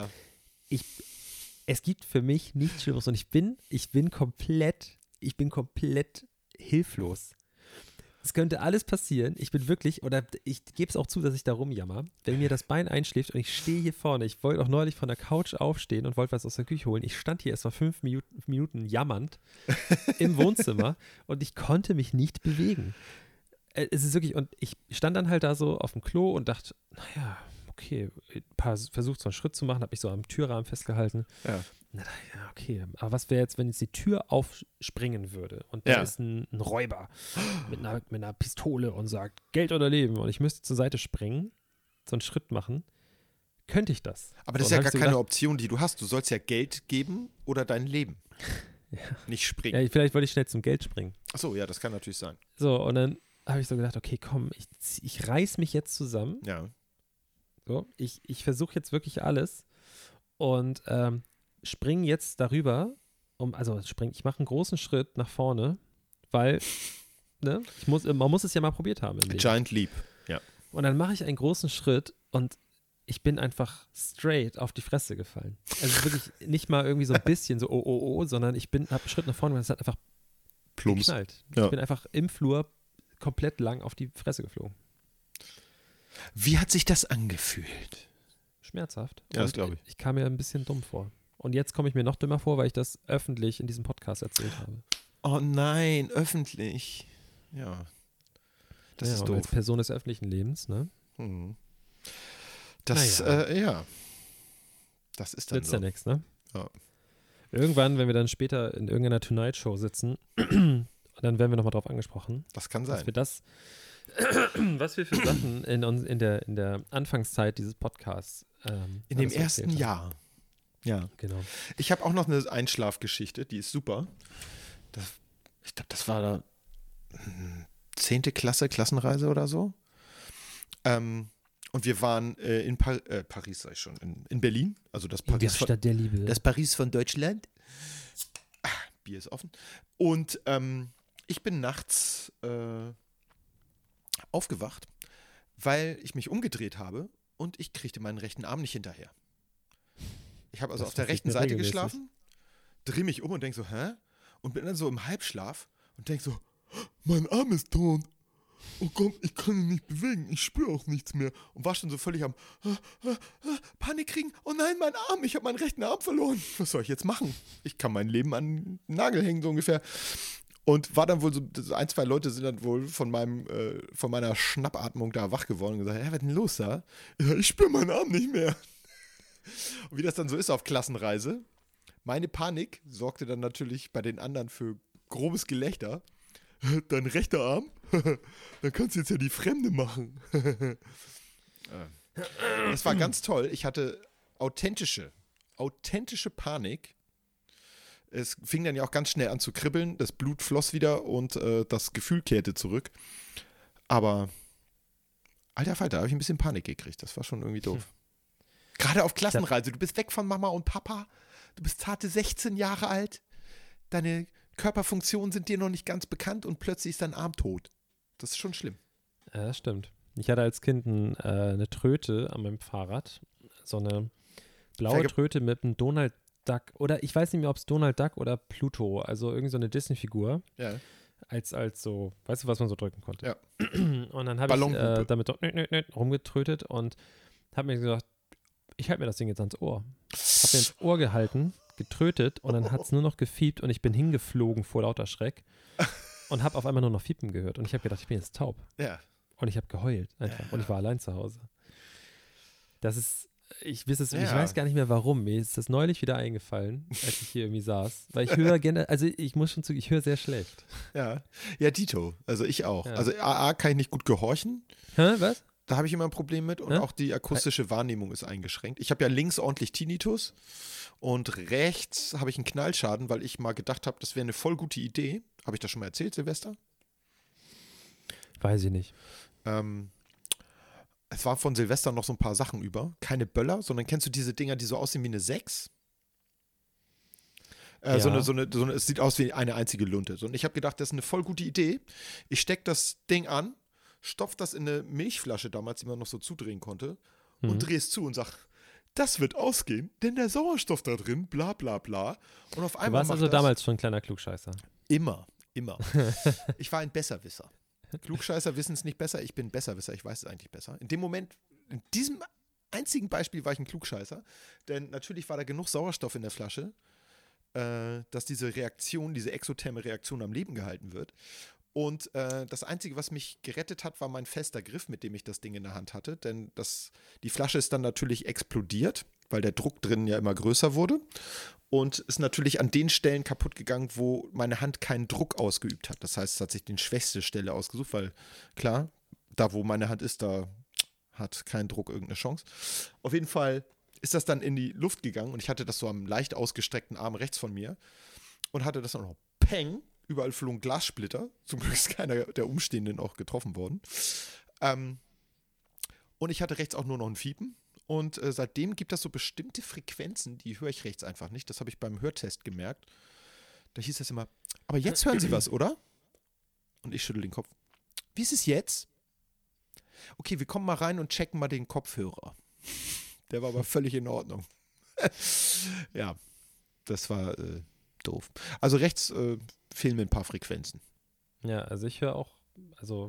es gibt für mich nichts Schlimmeres und ich bin komplett hilflos. Es könnte alles passieren. Ich bin wirklich, oder ich gebe es auch zu, dass ich da rumjammer, wenn mir das Bein einschläft und ich stehe hier vorne. Ich wollte auch neulich von der Couch aufstehen und wollte was aus der Küche holen. Ich stand hier erst mal 5 Minuten jammernd im Wohnzimmer und ich konnte mich nicht bewegen. Es ist wirklich, und ich stand dann halt da so auf dem Klo und dachte, naja, okay, versucht so einen Schritt zu machen, habe mich so am Türrahmen festgehalten. Ja. Ja, okay, aber was wäre jetzt, wenn jetzt die Tür aufspringen würde und da ist ein Räuber mit einer Pistole und sagt, Geld oder Leben und ich müsste zur Seite springen, so einen Schritt machen, könnte ich das. Aber das ist ja gar keine Option, die du hast. Du sollst ja Geld geben oder dein Leben. Nicht springen. Ja, vielleicht wollte ich schnell zum Geld springen. Achso, ja, das kann natürlich sein. So, und dann habe ich so gedacht, okay, komm, ich reiß mich jetzt zusammen. Ja. So, ich versuche jetzt wirklich alles und springe jetzt darüber, ich mache einen großen Schritt nach vorne, weil, ne, man muss es ja mal probiert haben. A giant leap, ja. Und dann mache ich einen großen Schritt und ich bin einfach straight auf die Fresse gefallen. Also wirklich nicht mal irgendwie so ein bisschen so sondern ich habe einen Schritt nach vorne und es hat einfach Plumps. geknallt. Ja. Ich bin einfach im Flur komplett lang auf die Fresse geflogen. Wie hat sich das angefühlt? Schmerzhaft. Ja, das glaube ich. Ich kam mir ein bisschen dumm vor. Und jetzt komme ich mir noch dümmer vor, weil ich das öffentlich in diesem Podcast erzählt habe. Oh nein, öffentlich. Ja. Das ist doof. Als Person des öffentlichen Lebens, ne? Mhm. Das, ja. Das ist dann Nützt so. ja nichts, ne? Ja. Irgendwann, wenn wir dann später in irgendeiner Tonight-Show sitzen, dann werden wir nochmal drauf angesprochen. Das kann sein. Dass wir das was wir für Sachen in der Anfangszeit dieses Podcasts in dem ersten Jahr. Ja. Genau. Ich habe auch noch eine Einschlafgeschichte, die ist super. Ich glaube, das war da 10. Klasse, Klassenreise oder so. Und wir waren in Paris, sag ich schon, in Berlin. Also das Paris, in der Stadt der Liebe. Das Paris von Deutschland. Bier ist offen. Und ich bin nachts aufgewacht, weil ich mich umgedreht habe und ich kriegte meinen rechten Arm nicht hinterher. Ich habe also auf der rechten Seite geschlafen, drehe mich um und denke so, hä? Und bin dann so im Halbschlaf und denke so, mein Arm ist tot. Oh Gott, ich kann ihn nicht bewegen, ich spüre auch nichts mehr. Und war schon so völlig am Panik kriegen. Oh nein, mein Arm, ich habe meinen rechten Arm verloren. Was soll ich jetzt machen? Ich kann mein Leben an den Nagel hängen, so ungefähr. Und war dann wohl so, 1, 2 Leute sind dann wohl von meiner Schnappatmung da wach geworden und gesagt, was ist denn los da? Ja, ich spüre meinen Arm nicht mehr. Und wie das dann so ist auf Klassenreise, meine Panik sorgte dann natürlich bei den anderen für grobes Gelächter. Dein rechter Arm? Dann kannst du jetzt ja die Fremde machen. Das war ganz toll. Ich hatte authentische Panik. Es fing dann ja auch ganz schnell an zu kribbeln. Das Blut floss wieder und das Gefühl kehrte zurück. Aber alter Falter, da habe ich ein bisschen Panik gekriegt. Das war schon irgendwie doof. Gerade auf Klassenreise. Du bist weg von Mama und Papa. Du bist zarte 16 Jahre alt. Deine Körperfunktionen sind dir noch nicht ganz bekannt und plötzlich ist dein Arm tot. Das ist schon schlimm. Ja, das stimmt. Ich hatte als Kind eine Tröte an meinem Fahrrad. So eine blaue Tröte mit einem Donald Duck. Oder ich weiß nicht mehr, ob es Donald Duck oder Pluto. Also irgend so eine Disney-Figur. Ja. Als so, weißt du, was man so drücken konnte. Ja. Und dann habe ich damit rumgetrötet und habe mir gesagt, ich halte mir das Ding jetzt ans Ohr. Habe mir ins Ohr gehalten, getrötet und dann hat es nur noch gefiebt und ich bin hingeflogen vor lauter Schreck und habe auf einmal nur noch Fiepen gehört und ich habe gedacht, ich bin jetzt taub. Ja. Und ich habe geheult einfach und ich war allein zu Hause. Das ist, ich weiß gar nicht mehr warum. Mir ist das neulich wieder eingefallen, als ich hier irgendwie saß. Weil ich höre gerne, also ich muss schon zugeben, ich höre sehr schlecht. Ja, Dito. Also ich auch. Ja. Also A, kann ich nicht gut gehorchen. Hä, was? Da habe ich immer ein Problem mit und auch die akustische Wahrnehmung ist eingeschränkt. Ich habe ja links ordentlich Tinnitus und rechts habe ich einen Knallschaden, weil ich mal gedacht habe, das wäre eine voll gute Idee. Habe ich das schon mal erzählt, Silvester? Weiß ich nicht. Es war von Silvester noch so ein paar Sachen über. Keine Böller, sondern kennst du diese Dinger, die so aussehen wie eine 6? Ja. Es sieht aus wie eine einzige Lunte. Und ich habe gedacht, das ist eine voll gute Idee. Ich stecke das Ding an, stopf das in eine Milchflasche damals, die man noch so zudrehen konnte, und drehe es zu und sag, das wird ausgehen, denn der Sauerstoff da drin, bla bla bla. Und auf einmal du warst also damals schon ein kleiner Klugscheißer. Immer. Ich war ein Besserwisser. Klugscheißer wissen es nicht besser, ich bin Besserwisser, ich weiß es eigentlich besser. In dem Moment, in diesem einzigen Beispiel war ich ein Klugscheißer, denn natürlich war da genug Sauerstoff in der Flasche, dass diese Reaktion, diese exotherme Reaktion am Leben gehalten wird. Und das Einzige, was mich gerettet hat, war mein fester Griff, mit dem ich das Ding in der Hand hatte. Denn die Flasche ist dann natürlich explodiert, weil der Druck drin ja immer größer wurde. Und ist natürlich an den Stellen kaputt gegangen, wo meine Hand keinen Druck ausgeübt hat. Das heißt, es hat sich die schwächste Stelle ausgesucht, weil klar, da wo meine Hand ist, da hat kein Druck irgendeine Chance. Auf jeden Fall ist das dann in die Luft gegangen und ich hatte das so am leicht ausgestreckten Arm rechts von mir und hatte das dann noch Peng. Überall flogen Glassplitter. Zum Glück ist keiner der Umstehenden auch getroffen worden. Und ich hatte rechts auch nur noch ein Fiepen. Und seitdem gibt es so bestimmte Frequenzen, die höre ich rechts einfach nicht. Das habe ich beim Hörtest gemerkt. Da hieß es immer, aber jetzt hören Sie was, oder? Und ich schüttel den Kopf. Wie ist es jetzt? Okay, wir kommen mal rein und checken mal den Kopfhörer. Der war aber völlig in Ordnung. Ja, das war doof. Also rechts fehlen mir ein paar Frequenzen. Ja, also ich höre auch, also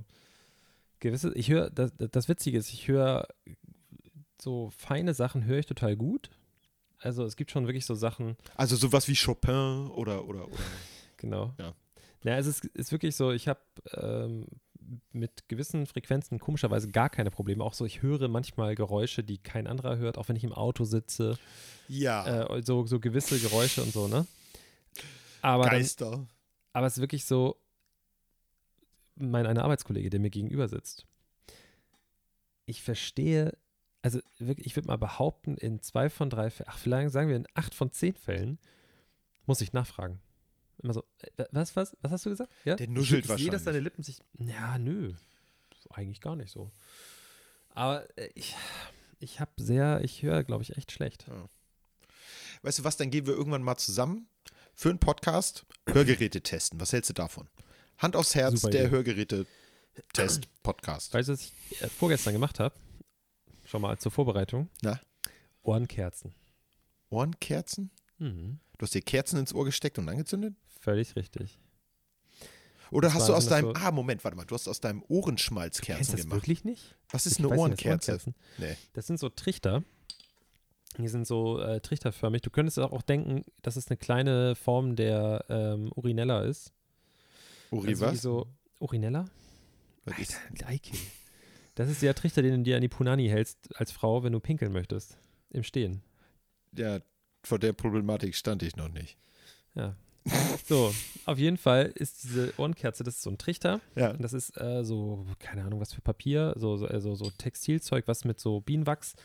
das Witzige ist, ich höre so feine Sachen höre ich total gut. Also es gibt schon wirklich so Sachen. Also sowas wie Chopin oder. Genau. Ja, es ist wirklich so, ich habe mit gewissen Frequenzen komischerweise gar keine Probleme. Auch so, ich höre manchmal Geräusche, die kein anderer hört, auch wenn ich im Auto sitze. Ja. So gewisse Geräusche und so, ne? Aber Geister. Aber es ist wirklich so, mein einer Arbeitskollege, der mir gegenüber sitzt. Ich verstehe, also wirklich, ich würde mal behaupten, in 2 von 3 Fällen, vielleicht sagen wir in 8 von 10 Fällen, muss ich nachfragen. Immer so, was hast du gesagt? Ja? Der nuschelt ich wahrscheinlich. sehe, dass deine Lippen sich, ja, nö, eigentlich gar nicht so. Aber ich höre, glaube ich, echt schlecht. Ja. Weißt du was, dann gehen wir irgendwann mal zusammen für einen Podcast Hörgeräte testen. Was hältst du davon? Hand aufs Herz, Super der Idee. Hörgeräte-Test-Podcast. Weißt du, was ich vorgestern gemacht habe? Schon mal zur Vorbereitung. Na? Ohrenkerzen. Ohrenkerzen? Mhm. Du hast dir Kerzen ins Ohr gesteckt und angezündet? Völlig richtig. Oder Das hast war du aus so deinem, eine Moment, warte mal, du hast aus deinem Ohrenschmalz Kennst Kerzen du das gemacht. wirklich nicht? Was ist Ich eine weiß nicht, was Ohrenkerze? Ohrenkerzen? Nee. Das sind so Trichter. Die sind so trichterförmig. Du könntest auch denken, dass es eine kleine Form der Urinella ist. Uri, Also wie was? so Urinella? Was ist- Alter, Eike. Das ist der Trichter, den du dir an die Punani hältst als Frau, wenn du pinkeln möchtest. Im Stehen. Ja, vor der Problematik stand ich noch nicht. Ja. So, auf jeden Fall ist diese Ohrenkerze, das ist so ein Trichter. Ja. Und das ist so, keine Ahnung, was für Papier, so Textilzeug, was mit so Bienenwachs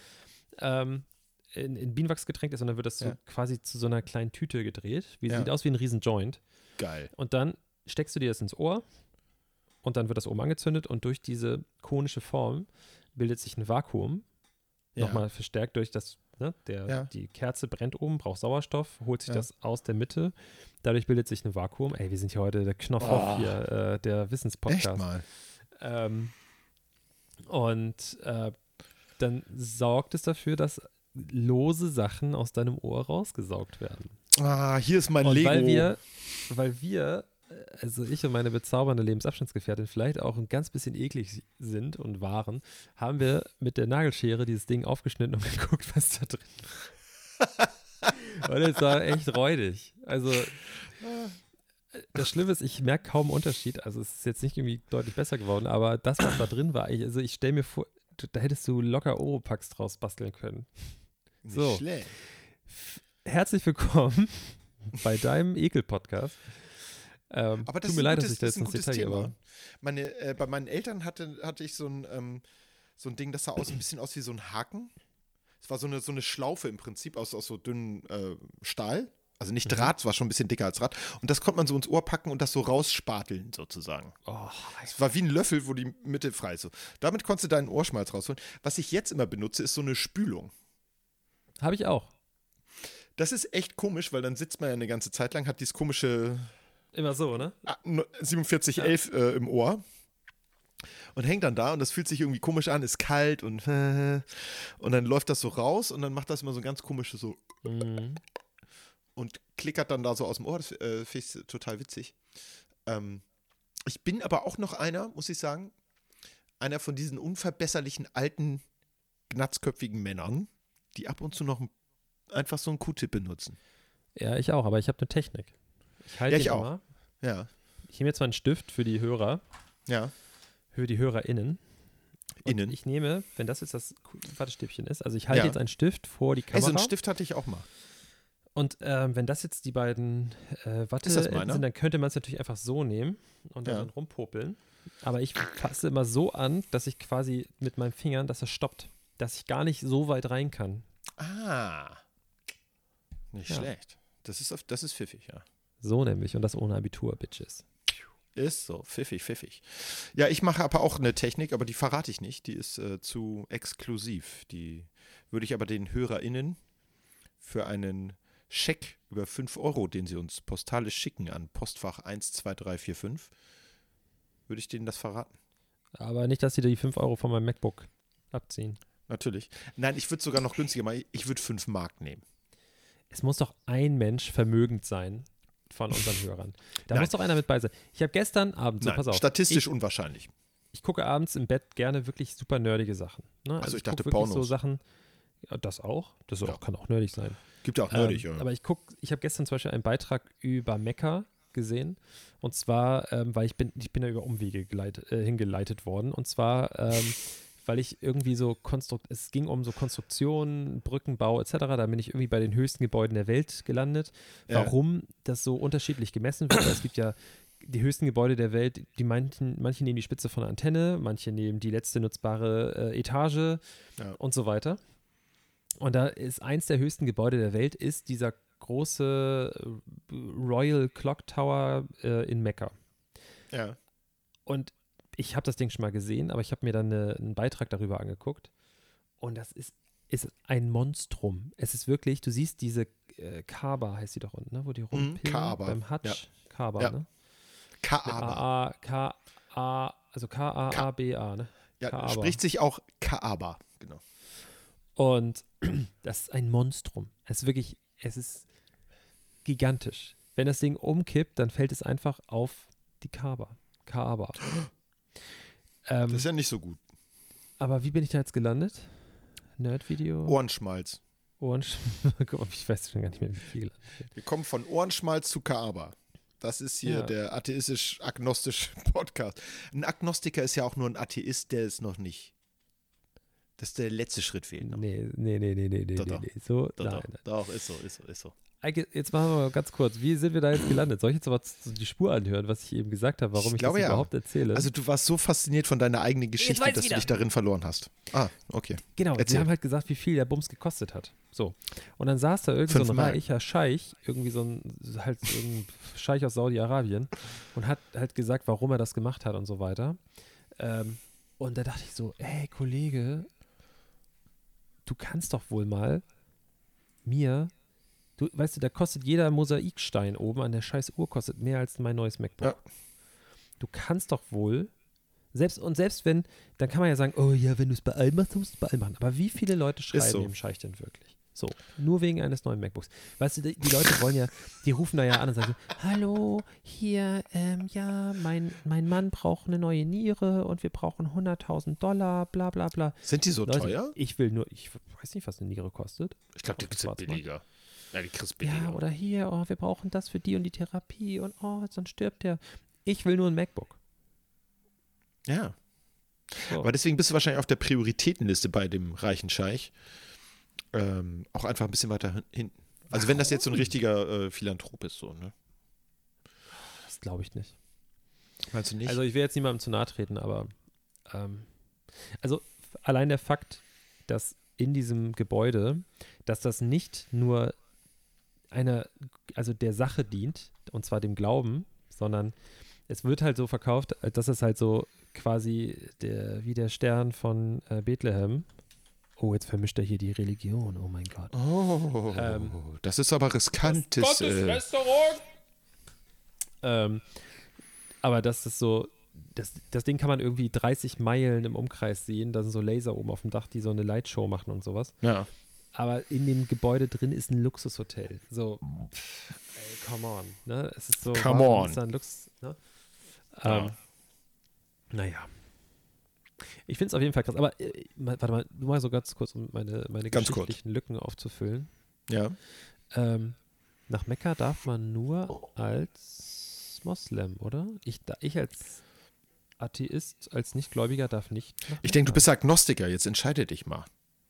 in Bienenwachs getränkt ist. Und dann wird das so Ja. quasi zu so einer kleinen Tüte gedreht. Ja. Sieht aus wie ein riesen Joint. Geil. Und dann steckst du dir das ins Ohr und dann wird das oben angezündet und durch diese konische Form bildet sich ein Vakuum. Ja. Nochmal verstärkt durch das, ne, die Kerze brennt oben, braucht Sauerstoff, holt sich das aus der Mitte. Dadurch bildet sich ein Vakuum. Ey, wir sind hier heute der Knopfhoff hier, der Wissenspodcast. Echt mal. Dann sorgt es dafür, dass lose Sachen aus deinem Ohr rausgesaugt werden. Hier ist mein Und Lego. weil wir, also ich und meine bezaubernde Lebensabschnittsgefährtin, vielleicht auch ein ganz bisschen eklig sind und waren, haben wir mit der Nagelschere dieses Ding aufgeschnitten und geguckt, was da drin war. Und es war echt räudig. Also das Schlimme ist, ich merke kaum Unterschied. Also es ist jetzt nicht irgendwie deutlich besser geworden, aber das, was da drin war, ich stelle mir vor, da hättest du locker Oropax draus basteln können. Nicht so. schlecht. Herzlich willkommen bei deinem Ekel-Podcast. Aber das tut mir leid, dass ich da ist jetzt ins Detail gehe, aber Bei meinen Eltern hatte ich so ein Ding, das sah ein bisschen aus wie so ein Haken. Es war so eine Schlaufe im Prinzip aus so dünnem Stahl. Also nicht Draht, es war schon ein bisschen dicker als Draht. Und das konnte man so ins Ohr packen und das so rausspateln sozusagen. Es war wie ein Löffel, wo die Mitte frei ist. So. Damit konntest du deinen Ohrschmalz rausholen. Was ich jetzt immer benutze, ist so eine Spülung. habe ich auch. Das ist echt komisch, weil dann sitzt man ja eine ganze Zeit lang, hat dieses komische Immer so, ne? 4711 im Ohr und hängt dann da und das fühlt sich irgendwie komisch an, ist kalt und dann läuft das so raus und dann macht das immer so ein ganz komisches so und klickert dann da so aus dem Ohr. Das finde ich total witzig. Ich bin aber auch noch muss ich sagen, einer von diesen unverbesserlichen alten, gnatzköpfigen Männern, die ab und zu noch einfach so einen Q-Tip benutzen. Ja, ich auch, aber ich habe eine Technik. Ich halte Ja, ich den auch. immer. Ja. Ich nehme jetzt mal einen Stift für die Hörer, Ja. für die HörerInnen. Und Innen. ich nehme, wenn das jetzt das Wattestäbchen ist, also ich halte Ja. jetzt einen Stift vor die Hey, Kamera. so einen Stift hatte ich auch mal. Und wenn das jetzt die beiden Watte Ist das meiner? sind, dann könnte man es natürlich einfach so nehmen und Ja. dann rumpopeln. Aber ich fasse immer so an, dass ich quasi mit meinen Fingern, dass es stoppt. Dass ich gar nicht so weit rein kann. Nicht Ja. schlecht. Das ist pfiffig, ja. So nämlich. Und das ohne Abitur, Bitches. Ist so, pfiffig. Ja, ich mache aber auch eine Technik, aber die verrate ich nicht. Die ist zu exklusiv. Die würde ich aber den HörerInnen für einen Scheck über 5 €, den sie uns postalisch schicken an Postfach 12345, würde ich denen das verraten. Aber nicht, dass sie die 5 € von meinem MacBook abziehen. Natürlich. Nein, ich würde sogar noch günstiger machen. Ich würde 5 Mark nehmen. Es muss doch ein Mensch vermögend sein von unseren Hörern. Da Nein. muss doch einer mit bei sein. Ich habe gestern Abend, so Nein, pass auf. statistisch unwahrscheinlich. Ich gucke abends im Bett gerne wirklich super nerdige Sachen. Ne? Also ich guck dachte wirklich so Pornos. Sachen. Ja, das auch. Das Ja. kann auch nerdig sein. Gibt ja auch nerdig, ja. Aber ich habe gestern zum Beispiel einen Beitrag über Mekka gesehen. Und zwar, weil ich bin da über Umwege hingeleitet worden. Und zwar, weil ich irgendwie es ging um so Konstruktion, Brückenbau etc. Da bin ich irgendwie bei den höchsten Gebäuden der Welt gelandet. Ja. Warum das so unterschiedlich gemessen wird. Es gibt ja die höchsten Gebäude der Welt, manche nehmen die Spitze von der Antenne, manche nehmen die letzte nutzbare Etage und so weiter. Und da ist eins der höchsten Gebäude der Welt, ist dieser große Royal Clock Tower in Mekka. Ja. Und ich habe das Ding schon mal gesehen, aber ich habe mir dann einen Beitrag darüber angeguckt. Und das ist ein Monstrum. Es ist wirklich, du siehst diese Kaaba, heißt sie doch unten, ne? Wo die rumpillen Kaaba. beim Hajj. Ja. Kaaba, Ja. ne? Kaaba. Also K-A-A-B-A, ne? Ja, Kaaba. spricht sich auch Kaaba, genau. Und das ist ein Monstrum. Es ist gigantisch. Wenn das Ding umkippt, dann fällt es einfach auf die Kaaba. Das ist ja nicht so gut. Aber wie bin ich da jetzt gelandet? Nerdvideo? Ohrenschmalz. Ich weiß schon gar nicht mehr, wie viel gelandet bin. Wir kommen von Ohrenschmalz zu Kaaba. Das ist hier der atheistisch-agnostische Podcast. Ein Agnostiker ist ja auch nur ein Atheist, der es noch nicht. Das ist der letzte Schritt fehlt noch. Nee. Doch. So, Doch, nein. doch, ist so. Eike, jetzt machen wir mal ganz kurz. Wie sind wir da jetzt gelandet? Soll ich jetzt aber die Spur anhören, was ich eben gesagt habe, warum ich das überhaupt erzähle? Also du warst so fasziniert von deiner eigenen Geschichte, dass du dich darin verloren hast. Ah, okay. Genau, Erzähl. sie haben halt gesagt, wie viel der Bums gekostet hat. So. Und dann saß da irgend so ein reicher Scheich, irgendwie so ein Scheich aus Saudi-Arabien und hat halt gesagt, warum er das gemacht hat und so weiter. Und da dachte ich so, ey, Kollege, du kannst doch wohl mal weißt du, da kostet jeder Mosaikstein oben an der scheiß Uhr kostet mehr als mein neues MacBook. Ja. Du kannst doch wohl, selbst wenn, dann kann man ja sagen, oh ja, wenn du es bei allem machst, dann musst du es bei allem machen. Aber wie viele Leute schreiben dem Scheich denn wirklich? So, nur wegen eines neuen MacBooks. Weißt du, die Leute wollen ja, die rufen da ja an und sagen so, hallo, hier, ja, mein Mann braucht eine neue Niere und wir brauchen $100.000, bla bla bla. Sind die so Leute, teuer? Ich weiß nicht, was eine Niere kostet. Ich glaube, die sind billiger. Ja, die kriegst billiger. Ja, oder hier, oh, wir brauchen das für die und die Therapie und oh, sonst stirbt der. Ich will nur ein MacBook. Ja. So. Aber deswegen bist du wahrscheinlich auf der Prioritätenliste bei dem reichen Scheich. Auch einfach ein bisschen weiter hinten. Also wenn das jetzt so ein richtiger Philanthrop ist, so, ne? Das glaube ich nicht. Meinst du nicht? Also ich will jetzt niemandem zu nahe treten, aber also allein der Fakt, dass in diesem Gebäude, dass das nicht nur der Sache dient, und zwar dem Glauben, sondern es wird halt so verkauft, dass es halt so quasi wie der Stern von Bethlehem. Oh, jetzt vermischt er hier die Religion, oh mein Gott. Oh, das ist aber riskantes. Gottes Restaurant! Aber das ist so, das Ding kann man irgendwie 30 Meilen im Umkreis sehen. Da sind so Laser oben auf dem Dach, die so eine Lightshow machen und sowas. Ja. Aber in dem Gebäude drin ist ein Luxushotel. So, ey, come on. Ne? Es ist so, come on. Ist da ein Luxus, ne? Ja. Naja. Ich finde es auf jeden Fall krass. Aber warte mal, nur mal so ganz kurz, um meine geschichtlichen Lücken aufzufüllen. Ja. Nach Mekka darf man nur als Moslem, oder? Ich als Atheist, als Nichtgläubiger darf nicht. Ich denke, du bist Agnostiker, jetzt entscheide dich mal.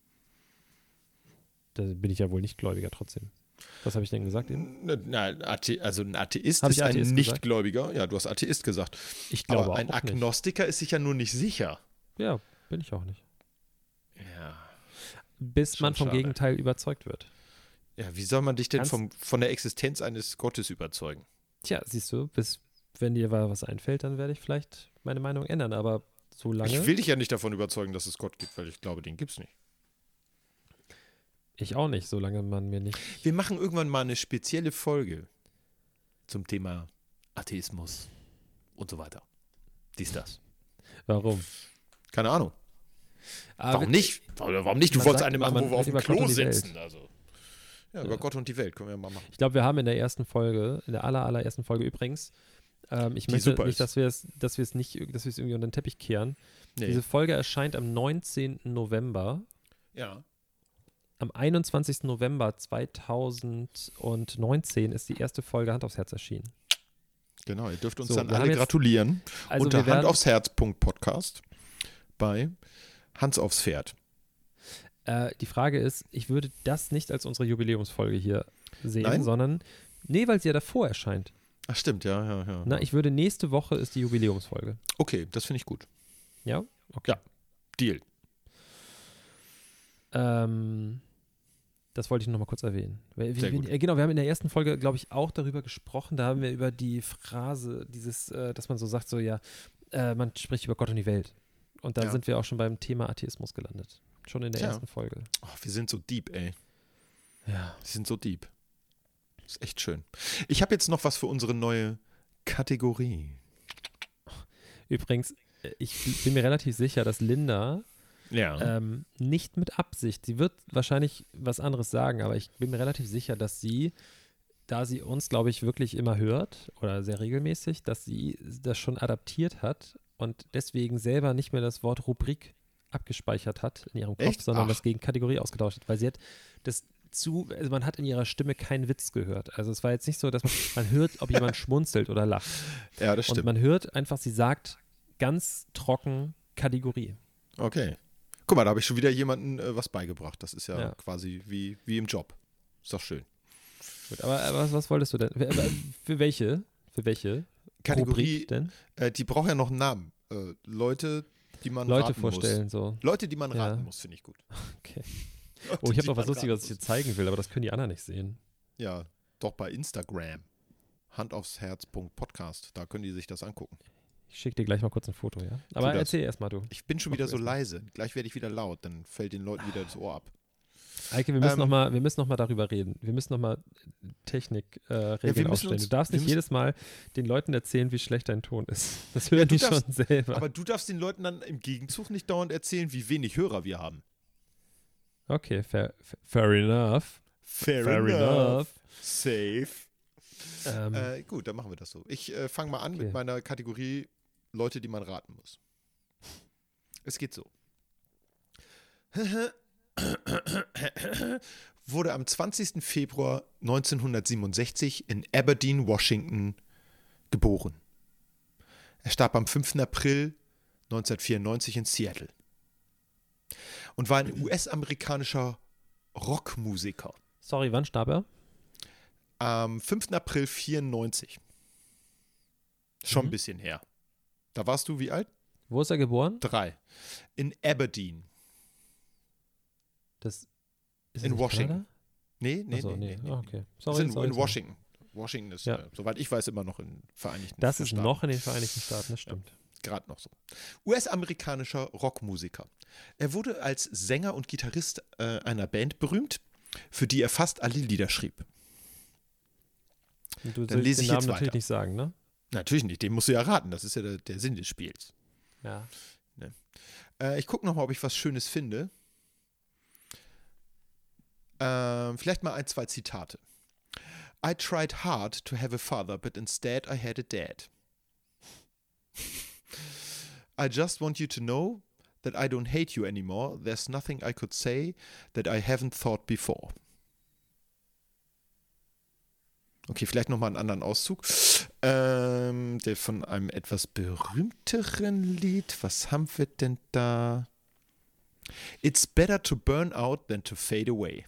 Da bin ich ja wohl Nichtgläubiger trotzdem. Was habe ich denn gesagt eben? Nein, also ein Atheist Hab ich ist ein Atheist Nichtgläubiger. Gesagt? Ja, du hast Atheist gesagt. Ich glaube aber auch ein Agnostiker ist sich ja nur nicht sicher. Ja, bin ich auch nicht. Ja. Bis man vom Gegenteil überzeugt wird. Ja, wie soll man dich denn von der Existenz eines Gottes überzeugen? Tja, siehst du, wenn dir was einfällt, dann werde ich vielleicht meine Meinung ändern, aber so lange... Ich will dich ja nicht davon überzeugen, dass es Gott gibt, weil ich glaube, den gibt es nicht. Ich auch nicht, solange man mir nicht... Wir machen irgendwann mal eine spezielle Folge zum Thema Atheismus und so weiter. Dies, das. Warum? Keine Ahnung. Aber warum nicht? Warum nicht? Du wolltest eine machen, wo wir auf dem Klo sitzen. Also. Ja, über Gott und die Welt können wir mal machen. Ich glaube, wir haben in der ersten Folge, in der allerersten Folge übrigens, ich möchte nicht, dass wir es irgendwie unter den Teppich kehren. Nee. Diese Folge erscheint am 19. November. Ja. Am 21. November 2019 ist die erste Folge Hand aufs Herz erschienen. Genau, ihr dürft uns dann alle gratulieren. Also unter handaufsherz.podcast bei Hans aufs Pferd. Die Frage ist, ich würde das nicht als unsere Jubiläumsfolge hier sehen, sondern, weil sie ja davor erscheint. Ach stimmt, ja. Na, ich würde nächste Woche ist die Jubiläumsfolge. Okay, das finde ich gut. Ja? Okay. Ja, Deal. Das wollte ich noch mal kurz erwähnen. Sehr gut. Genau, wir haben in der ersten Folge, glaube ich, auch darüber gesprochen. Da haben wir über die Phrase, dass man so sagt, so ja, man spricht über Gott und die Welt. Und da sind wir auch schon beim Thema Atheismus gelandet. Schon in der ersten Folge. Oh, wir sind so deep, ey. Ja. Wir sind so deep. Das ist echt schön. Ich habe jetzt noch was für unsere neue Kategorie. Übrigens, ich bin mir relativ sicher, dass Linda nicht mit Absicht, sie wird wahrscheinlich was anderes sagen, aber ich bin mir relativ sicher, dass sie, da sie uns, glaube ich, wirklich immer hört oder sehr regelmäßig, dass sie das schon adaptiert hat und deswegen selber nicht mehr das Wort Rubrik abgespeichert hat in ihrem Kopf, sondern das gegen Kategorie ausgetauscht hat, weil sie hat also man hat in ihrer Stimme keinen Witz gehört. Also es war jetzt nicht so, dass man hört, ob jemand schmunzelt oder lacht. Ja, das stimmt. Und man hört einfach, sie sagt ganz trocken Kategorie. Okay. Guck mal, da habe ich schon wieder jemandem was beigebracht. Das ist ja quasi wie im Job. Ist doch schön. Gut, aber was wolltest du denn? Für welche Kategorie Rubrik denn? Die braucht ja noch einen Namen. Leute, die man Leute raten vorstellen, muss. so. Leute, die man raten muss, finde ich gut. Okay. Leute, Oh, ich habe die noch was man Lustiges, was raten ich dir zeigen will, aber das können die anderen nicht sehen. Ja, doch bei Instagram. handaufsherz.podcast. Da können die sich das angucken. Ich schicke dir gleich mal kurz ein Foto, ja? Aber erzähl erst mal, du. Ich bin schon wieder so leise. Gleich werde ich wieder laut. Dann fällt den Leuten wieder das Ohr ab. Eike, wir müssen noch mal darüber reden. Wir müssen noch mal Technikregeln aufstellen. Du darfst nicht jedes Mal den Leuten erzählen, wie schlecht dein Ton ist. Das hören die schon selber. Aber du darfst den Leuten dann im Gegenzug nicht dauernd erzählen, wie wenig Hörer wir haben. Okay, fair enough. Fair enough. Safe. Gut, dann machen wir das so. Ich fange mal an mit meiner Kategorie Leute, die man raten muss. Es geht so. Wurde am 20. Februar 1967 in Aberdeen, Washington geboren. Er starb am 5. April 1994 in Seattle und war ein US-amerikanischer Rockmusiker. Sorry, wann starb er? Am 5. April 1994. Schon ein bisschen her. Da warst du wie alt? Wo ist er geboren? 3. In Aberdeen. Das ist in Washington. Kanada? Nee. Oh, okay. Sorry, in Washington. Washington ist, soweit ich weiß, immer noch in Vereinigten Staaten. Das ist noch in den Vereinigten Staaten, das stimmt. Ja, gerade noch so. US-amerikanischer Rockmusiker. Er wurde als Sänger und Gitarrist einer Band berühmt, für die er fast alle Lieder schrieb. Und du Dann lese den ich Namen jetzt natürlich weiter. nicht sagen, ne? Natürlich nicht, den musst du ja raten. Das ist ja der Sinn des Spiels. Ja. Ne? Ich gucke nochmal, ob ich was Schönes finde. Vielleicht mal 1, 2 Zitate. I tried hard to have a father, but instead I had a dad. I just want you to know that I don't hate you anymore. There's nothing I could say that I haven't thought before. Okay, vielleicht nochmal einen anderen Auszug. Der von einem etwas berühmteren Lied. Was haben wir denn da? It's better to burn out than to fade away.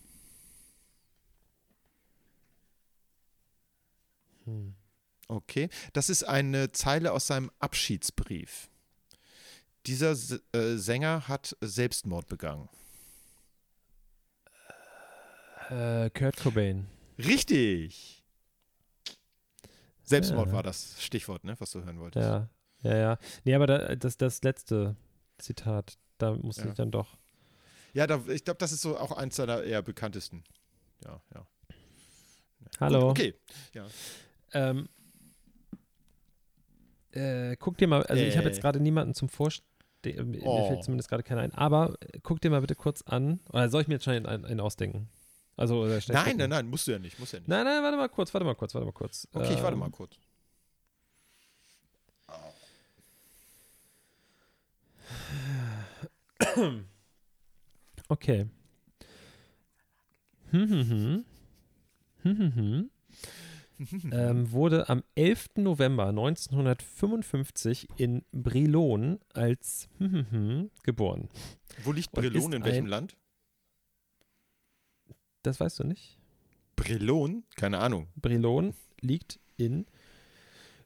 Okay, das ist eine Zeile aus seinem Abschiedsbrief. Dieser Sänger hat Selbstmord begangen. Kurt Cobain. Richtig! Selbstmord war das Stichwort, ne, was du hören wolltest. Ja. Nee, aber das letzte Zitat, da musste ich dann doch. Ja, ich glaube, das ist so auch eins seiner eher bekanntesten. Ja. Hallo. Gut, okay, ja. Guck dir mal, also ich habe jetzt gerade niemanden zum Vorstellen, mir fällt zumindest gerade keiner ein, aber guck dir mal bitte kurz an, oder soll ich mir jetzt schon einen ausdenken? Also, nein, musst du ja nicht. Nein, warte mal kurz. Okay, ich warte mal kurz. Okay. Wurde am 11. November 1955 in Brilon als geboren. Wo liegt Brilon, in welchem Land? Das weißt du nicht? Brilon? Keine Ahnung. Brilon liegt in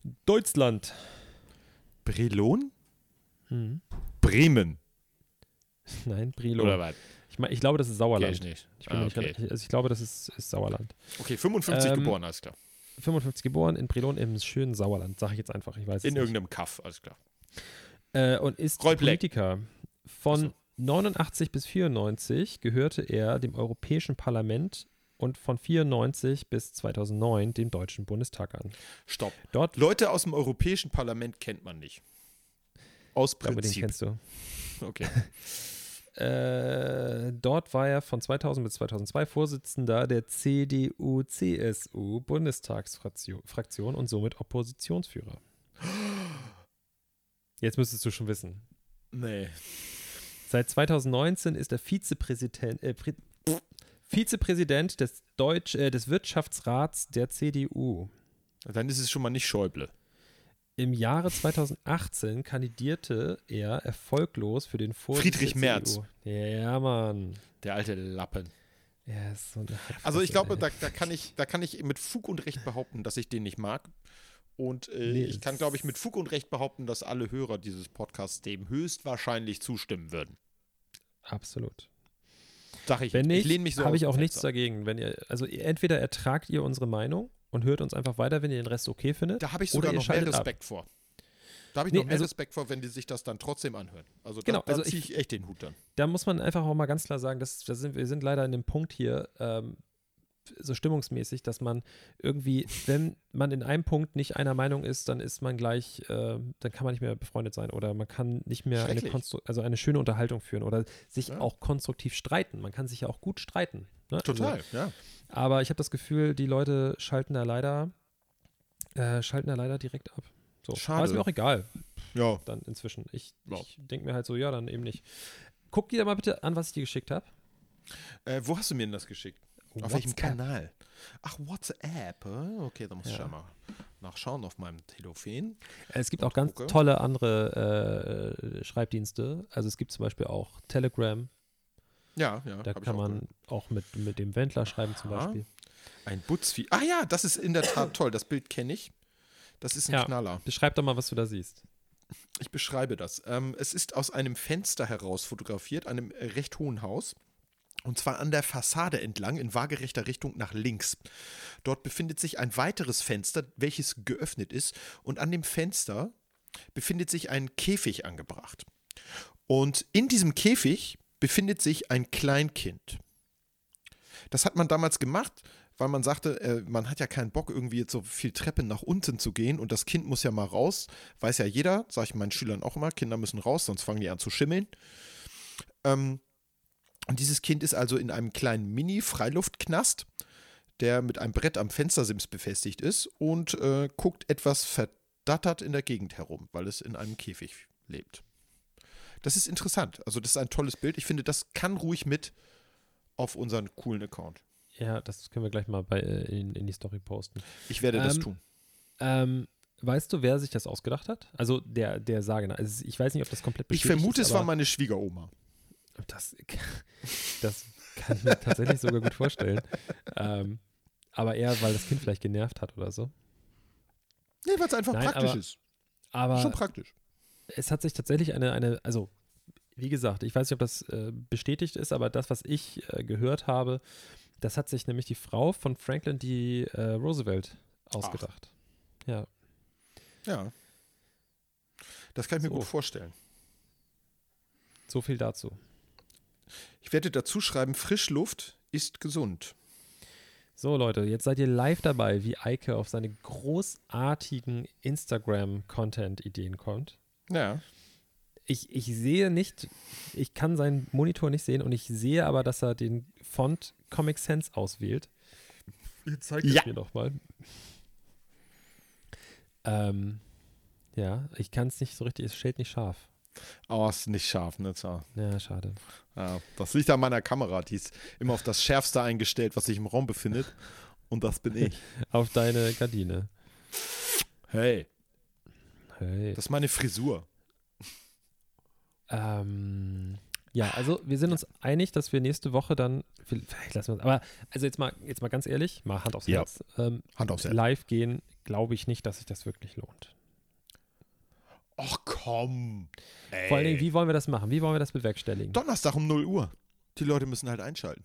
Deutschland. Brilon? Mhm. Bremen. Nein, Brilon. Oder was? Ich glaube, das ist Sauerland. Okay, ich nicht. Ich bin mir nicht Okay. also ich glaube, das ist Sauerland. Okay, 55 geboren, alles klar. 55 geboren in Brilon im schönen Sauerland, sage ich jetzt einfach. Ich weiß es In nicht. irgendeinem Kaff, alles klar. Und ist Rollblack. Politiker. Von Ach so. 89 bis 94 gehörte er dem Europäischen Parlament und von 94 bis 2009 dem Deutschen Bundestag an. Stopp. Dort, Leute aus dem Europäischen Parlament kennt man nicht. Aus ich glaube, den Prinzip. kennst du. Okay. Dort war er von 2000 bis 2002 Vorsitzender der CDU-CSU-Bundestagsfraktion und somit Oppositionsführer. Jetzt müsstest du schon wissen. Nee. Seit 2019 ist er Vizepräsident des Wirtschaftsrats der CDU. Dann ist es schon mal nicht Schäuble. Im Jahre 2018 kandidierte er erfolglos für den Vorsitz Friedrich der Merz. CDU. Ja, Mann. Der alte Lappen. Ja, ist so eine Also ich Hackfresse, glaube, ey. da kann ich mit Fug und Recht behaupten, dass ich den nicht mag. Und Nee, ich kann, glaube ich, mit Fug und Recht behaupten, dass alle Hörer dieses Podcasts dem höchstwahrscheinlich zustimmen würden. Absolut. Sag ich. Wenn Ich nicht, lehne mich so habe aus ich dem auch nichts Fenster. dagegen. Also entweder ertragt ihr unsere Meinung und hört uns einfach weiter, wenn ihr den Rest okay findet. Da habe ich oder sogar ihr noch mehr schaltet ab. Respekt vor. Da habe ich Nee, noch mehr also- Respekt vor, wenn die sich das dann trotzdem anhören. Also Genau, da also ziehe ich echt den Hut dann. Da muss man einfach auch mal ganz klar sagen, wir sind leider in dem Punkt hier, so stimmungsmäßig, dass man irgendwie, wenn man in einem Punkt nicht einer Meinung ist, dann ist man gleich, dann kann man nicht mehr befreundet sein oder man kann nicht mehr Schrecklich. eine schöne Unterhaltung führen oder sich Ja. auch konstruktiv streiten. Man kann sich ja auch gut streiten. Ne? Total, Also, ja. aber ich habe das Gefühl, die Leute schalten da leider direkt ab. So. Schade. Aber ist mir auch egal, Ja. dann inzwischen. Ich Ja. denke mir halt so, ja, dann eben nicht. Guck dir mal bitte an, was ich dir geschickt habe. Wo hast du mir denn das geschickt? Auf welchem WhatsApp. Kanal? Ach, WhatsApp. Okay, da muss ich ja mal nachschauen auf meinem Telefon. Es gibt auch ganz gucke. tolle andere Schreibdienste. Also es gibt zum Beispiel auch Telegram. Ja, Da hab ich kann auch man gehört. auch mit dem Wendler schreiben zum Aha. Beispiel. Ein Butzvieh. Ah ja, das ist in der Tat toll. Das Bild kenne ich. Das ist ein Ja. Knaller. Beschreib doch mal, was du da siehst. Ich beschreibe das. Es ist aus einem Fenster heraus fotografiert, einem recht hohen Haus. Und zwar an der Fassade entlang in waagerechter Richtung nach links. Dort befindet sich ein weiteres Fenster, welches geöffnet ist. Und an dem Fenster befindet sich ein Käfig angebracht. Und in diesem Käfig befindet sich ein Kleinkind. Das hat man damals gemacht, weil man sagte, man hat ja keinen Bock, irgendwie jetzt so viel Treppe nach unten zu gehen und das Kind muss ja mal raus. Weiß ja jeder, sage ich meinen Schülern auch immer, Kinder müssen raus, sonst fangen die an zu schimmeln. Und dieses Kind ist also in einem kleinen Mini-Freiluftknast, der mit einem Brett am Fenstersims befestigt ist und guckt etwas verdattert in der Gegend herum, weil es in einem Käfig lebt. Das ist interessant. Also das ist ein tolles Bild. Ich finde, das kann ruhig mit auf unseren coolen Account. Ja, das können wir gleich mal in die Story posten. Ich werde das tun. Weißt du, wer sich das ausgedacht hat? Also der Sage. Also ich weiß nicht, ob das komplett Ich bestätigt vermute, ist, es war aber meine Schwiegeroma. das kann ich mir tatsächlich sogar gut vorstellen. Aber eher, weil das Kind vielleicht genervt hat oder so. Nee, weil es einfach Nein, praktisch aber- ist. Aber Schon praktisch. es hat sich tatsächlich also wie gesagt, ich weiß nicht, ob das bestätigt ist, aber das, was ich gehört habe, das hat sich nämlich die Frau von Franklin D. Roosevelt ausgedacht. Ja. Ja. Das kann ich mir So. gut vorstellen. So viel dazu. Ich werde dazu schreiben, Frischluft ist gesund. So, Leute, jetzt seid ihr live dabei, wie Eike auf seine großartigen Instagram-Content-Ideen kommt. Ja. Ich sehe nicht, ich kann seinen Monitor nicht sehen und ich sehe aber, dass er den Font Comic Sans auswählt. Jetzt zeigt Ja. es mir doch mal. Ja, ich kann es nicht so richtig, es steht nicht scharf. Aber ist nicht scharf, ne? So. Ja, schade. Ja, das liegt an meiner Kamera. Die ist immer auf das Schärfste eingestellt, was sich im Raum befindet. Und das bin ich. Auf deine Gardine. Hey, Hey. das ist meine Frisur. Ja, Ja, also wir sind uns einig, dass wir nächste Woche dann, vielleicht lassen wir uns, aber also jetzt mal ganz ehrlich, mal Hand aufs Herz. Hand aufs Herz. Live gehen, glaube ich nicht, dass sich das wirklich lohnt. Ach komm. Ey. Vor allen Dingen, wie wollen wir das machen? Wie wollen wir das bewerkstelligen? Donnerstag um 0 Uhr. Die Leute müssen halt einschalten.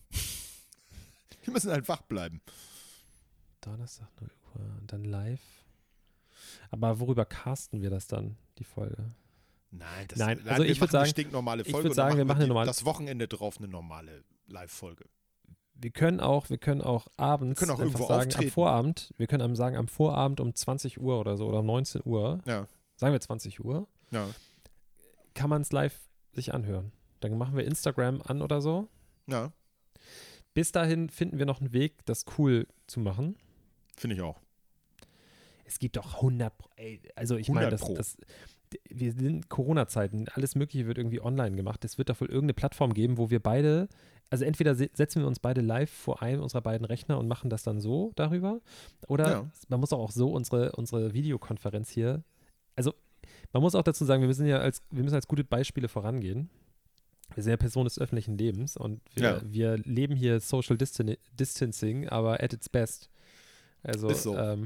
Die müssen halt wach bleiben. Donnerstag 0 Uhr und dann live. Aber worüber casten wir das dann, die Folge? Nein, also ich würde sagen, stinknormale Folge. ich würde sagen, wir machen eine normale. Das Wochenende drauf eine normale Live-Folge. Wir können auch abends, wir können auch irgendwo sagen, auftreten. am Vorabend, wir können sagen, am Vorabend um 20 Uhr oder so oder um 19 Uhr, sagen wir 20 Uhr, kann man es live sich anhören. Dann machen wir Instagram an oder so. Ja. Bis dahin finden wir noch einen Weg, das cool zu machen. Finde ich auch. Es gibt doch 100 also ich meine, wir sind Corona-Zeiten, alles Mögliche wird irgendwie online gemacht. Es wird doch wohl irgendeine Plattform geben, wo wir beide, also entweder setzen wir uns beide live vor einem unserer beiden Rechner und machen das dann so darüber, oder man muss auch so unsere Videokonferenz hier, also man muss auch dazu sagen, wir müssen als gute Beispiele vorangehen. Wir sind ja Personen des öffentlichen Lebens und wir leben hier Social Distancing, aber at its best. Also ist so.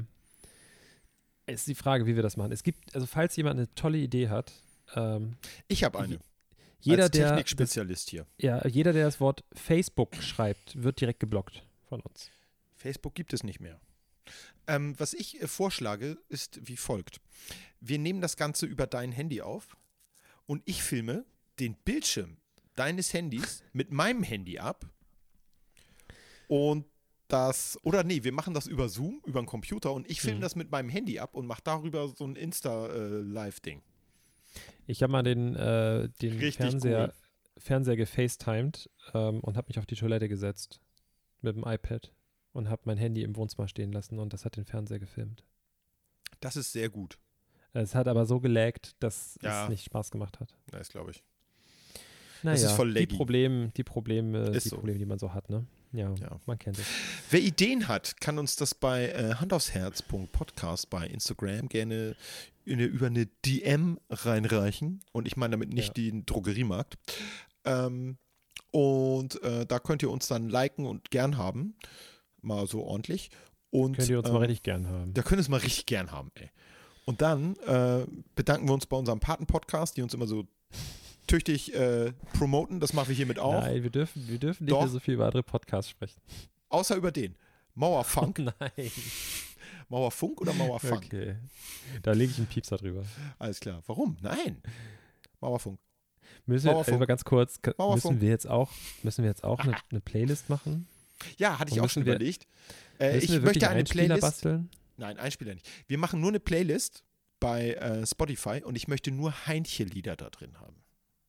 ist die Frage, wie wir das machen. Es gibt, also falls jemand eine tolle Idee hat. Ich habe eine. Als Technikspezialist hier. Ja, jeder, der das Wort Facebook schreibt, wird direkt geblockt von uns. Facebook gibt es nicht mehr. Was ich vorschlage, ist wie folgt. Wir nehmen das Ganze über dein Handy auf und ich filme den Bildschirm deines Handys mit meinem Handy ab und wir machen das über Zoom, über einen Computer und ich filme das mit meinem Handy ab und mache darüber so ein Insta-Live-Ding. Ich habe mal den Fernseher gefacetimed und habe mich auf die Toilette gesetzt mit dem iPad und habe mein Handy im Wohnzimmer stehen lassen und das hat den Fernseher gefilmt. Das ist sehr gut. Es hat aber so gelaggt, dass es nicht Spaß gemacht hat. Das glaube ich. Naja, das ist voll laggy. Die Probleme, die man so hat, ne? Ja, man kennt es. Wer Ideen hat, kann uns das bei handaufsherz.podcast bei Instagram gerne über eine DM reinreichen. Und ich meine damit nicht den Drogeriemarkt. Da könnt ihr uns dann liken und gern haben. Mal so ordentlich. Und, könnt ihr uns mal richtig gern haben. Da könnt ihr es mal richtig gern haben, ey. Und dann bedanken wir uns bei unserem Paten-Podcast, die uns immer so tüchtig promoten. Das machen wir hiermit auch. Nein, wir dürfen nicht mehr so viel über andere Podcasts sprechen. Außer über den. Mauerfunk. Oh nein. Mauerfunk oder Mauerfunk? Okay. Da lege ich einen Piepser drüber. Alles klar. Warum? Nein. Mauerfunk. Müssen wir jetzt auch eine Playlist machen? Ja, hatte ich auch schon überlegt. Ich wir möchte eine Einspieler Playlist basteln? Nein, Einspieler nicht. Wir machen nur eine Playlist bei Spotify und ich möchte nur Heinche-Lieder da drin haben.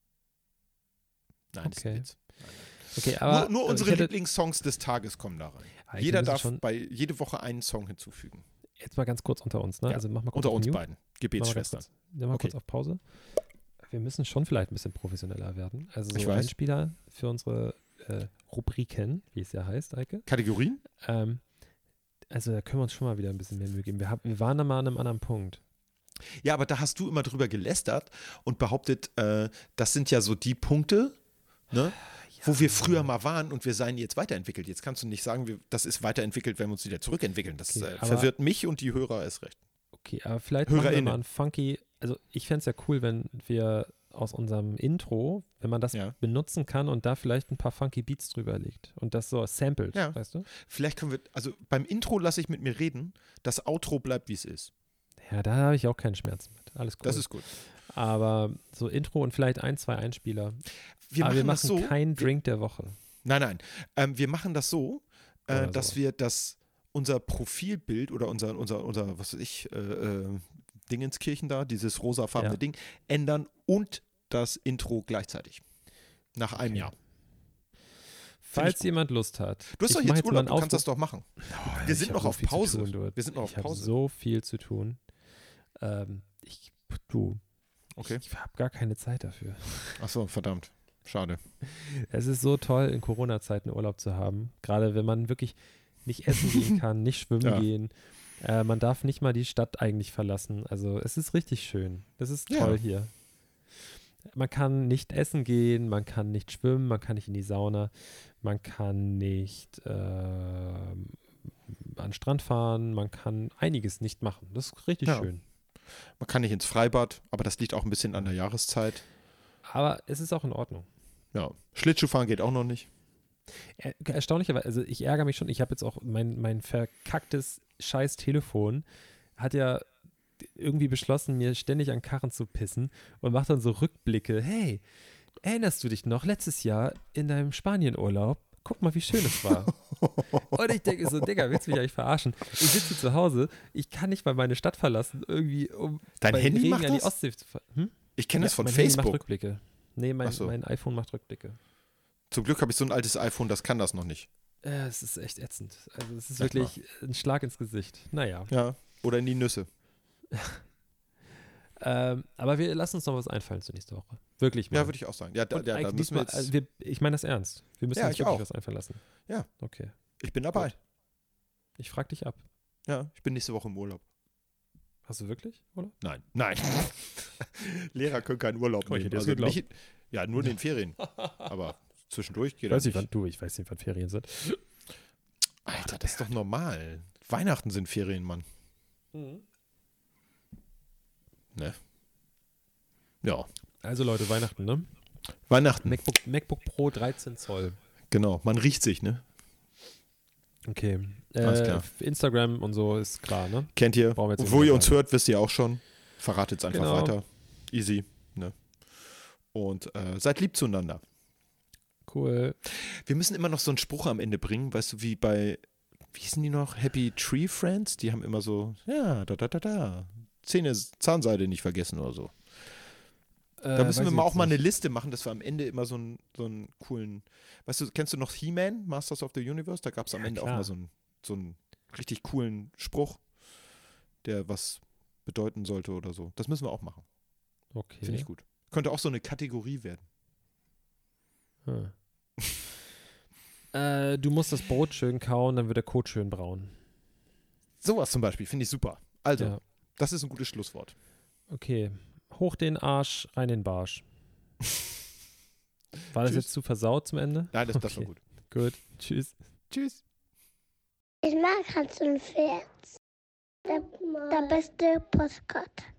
Nein, das ist ein Witz. Nein. Okay, aber nur unsere Lieblingssongs des Tages kommen da rein. Jeder darf jede Woche einen Song hinzufügen. Jetzt mal ganz kurz unter uns, ne? Ja, also mach mal kurz unter uns beiden, Gebetsschwestern. Kurz auf Pause. Wir müssen schon vielleicht ein bisschen professioneller werden. Also so Einspieler für unsere Rubriken, wie es ja heißt, Eike. Kategorien? Also da können wir uns schon mal wieder ein bisschen mehr Mühe geben. Wir waren da mal an einem anderen Punkt. Ja, aber da hast du immer drüber gelästert und behauptet, das sind ja so die Punkte, ne, wo wir früher mal waren und wir seien jetzt weiterentwickelt. Jetzt kannst du nicht sagen, das ist weiterentwickelt, wenn wir uns wieder zurückentwickeln. Das verwirrt mich und die Hörer erst recht. Okay, aber vielleicht machen wir mal ein funky, also ich fände es ja cool, wenn wir aus unserem Intro, wenn man das benutzen kann und da vielleicht ein paar funky Beats drüber legt und das so sampled, weißt du? Vielleicht können wir, also beim Intro lasse ich mit mir reden, das Outro bleibt, wie es ist. Ja, da habe ich auch keinen Schmerz mit. Alles gut. Das ist gut. Aber so Intro und vielleicht 1, 2 Einspieler. Wir machen das so, keinen Drink der Woche. Nein. Wir machen das so, dass wir unser Profilbild oder unser was weiß ich, Dingenskirchen da, dieses rosafarbene Ding, ändern und das Intro gleichzeitig. Nach einem Jahr. Falls jemand Lust hat. Du hast doch jetzt Urlaub, du kannst das doch machen. Wir sind noch auf Pause. Ich habe so viel zu tun. Ich habe gar keine Zeit dafür. Ach so, verdammt. Schade. Es ist so toll, in Corona-Zeiten Urlaub zu haben. Gerade wenn man wirklich nicht essen gehen kann, nicht schwimmen gehen. Man darf nicht mal die Stadt eigentlich verlassen. Also es ist richtig schön. Das ist toll hier. Man kann nicht essen gehen, man kann nicht schwimmen, man kann nicht in die Sauna, man kann nicht an den Strand fahren, man kann einiges nicht machen. Das ist richtig schön. Man kann nicht ins Freibad, aber das liegt auch ein bisschen an der Jahreszeit. Aber es ist auch in Ordnung. Ja, Schlittschuhfahren geht auch noch nicht. Erstaunlicherweise, also ich ärgere mich schon, ich habe jetzt auch mein verkacktes scheiß Telefon hat ja irgendwie beschlossen, mir ständig an Karren zu pissen und macht dann so Rückblicke. Hey, erinnerst du dich noch, letztes Jahr in deinem Spanienurlaub? Guck mal, wie schön es war. Und ich denke so, Digga, willst du mich eigentlich verarschen? Ich sitze zu Hause, ich kann nicht mal meine Stadt verlassen, irgendwie um Dein Handy Regen macht an die das? Ostsee zu fahren. Ich kenne das von mein Facebook. Handy macht Rückblicke. Nee, mein iPhone macht Rückblicke. Zum Glück habe ich so ein altes iPhone, das kann das noch nicht. Es ist echt ätzend. Also es ist wirklich ein Schlag ins Gesicht. Naja. Ja, oder in die Nüsse. Aber wir lassen uns noch was einfallen zur nächsten Woche. Wirklich mal. Ja, würde ich auch sagen. Ja, da müssen wir jetzt. Ich meine das ernst. Wir müssen uns wirklich was einfallen lassen. Ja. Okay. Ich bin dabei. Gut. Ich frage dich ab. Ja, ich bin nächste Woche im Urlaub. Hast du wirklich, oder? Nein. Lehrer können keinen Urlaub nehmen. Also nicht, nur in den Ferien. Aber zwischendurch geht das nicht. Ich weiß nicht, wann Ferien sind. Alter, das ist doch normal. Weihnachten sind Ferien, Mann. Mhm. Ne? Ja. Also Leute, Weihnachten, ne? Weihnachten. MacBook Pro 13 Zoll. Genau, man riecht sich, ne? Okay. Alles klar. Instagram und so ist klar, ne? Kennt ihr. Wo ihr uns hört, wisst ihr auch schon. Verratet es einfach weiter. Easy, ne? Und seid lieb zueinander. Cool. Wir müssen immer noch so einen Spruch am Ende bringen, weißt du, wie hießen die noch? Happy Tree Friends? Die haben immer so, Zahnseide nicht vergessen oder so. Da müssen wir auch mal eine Liste machen, dass wir am Ende immer so einen coolen, weißt du, kennst du noch He-Man, Masters of the Universe? Da gab es am Ende auch mal so einen richtig coolen Spruch, der was bedeuten sollte oder so. Das müssen wir auch machen. Okay. Finde ich gut. Könnte auch so eine Kategorie werden. Du musst das Brot schön kauen, dann wird der Kot schön braun. Sowas zum Beispiel, finde ich super. Also, das ist ein gutes Schlusswort. Okay. Hoch den Arsch, rein den Barsch. War das jetzt zu versaut zum Ende? Nein, das war gut. Gut. Tschüss. Tschüss. Ich mag Hans und Pferd. Der beste Postkarte.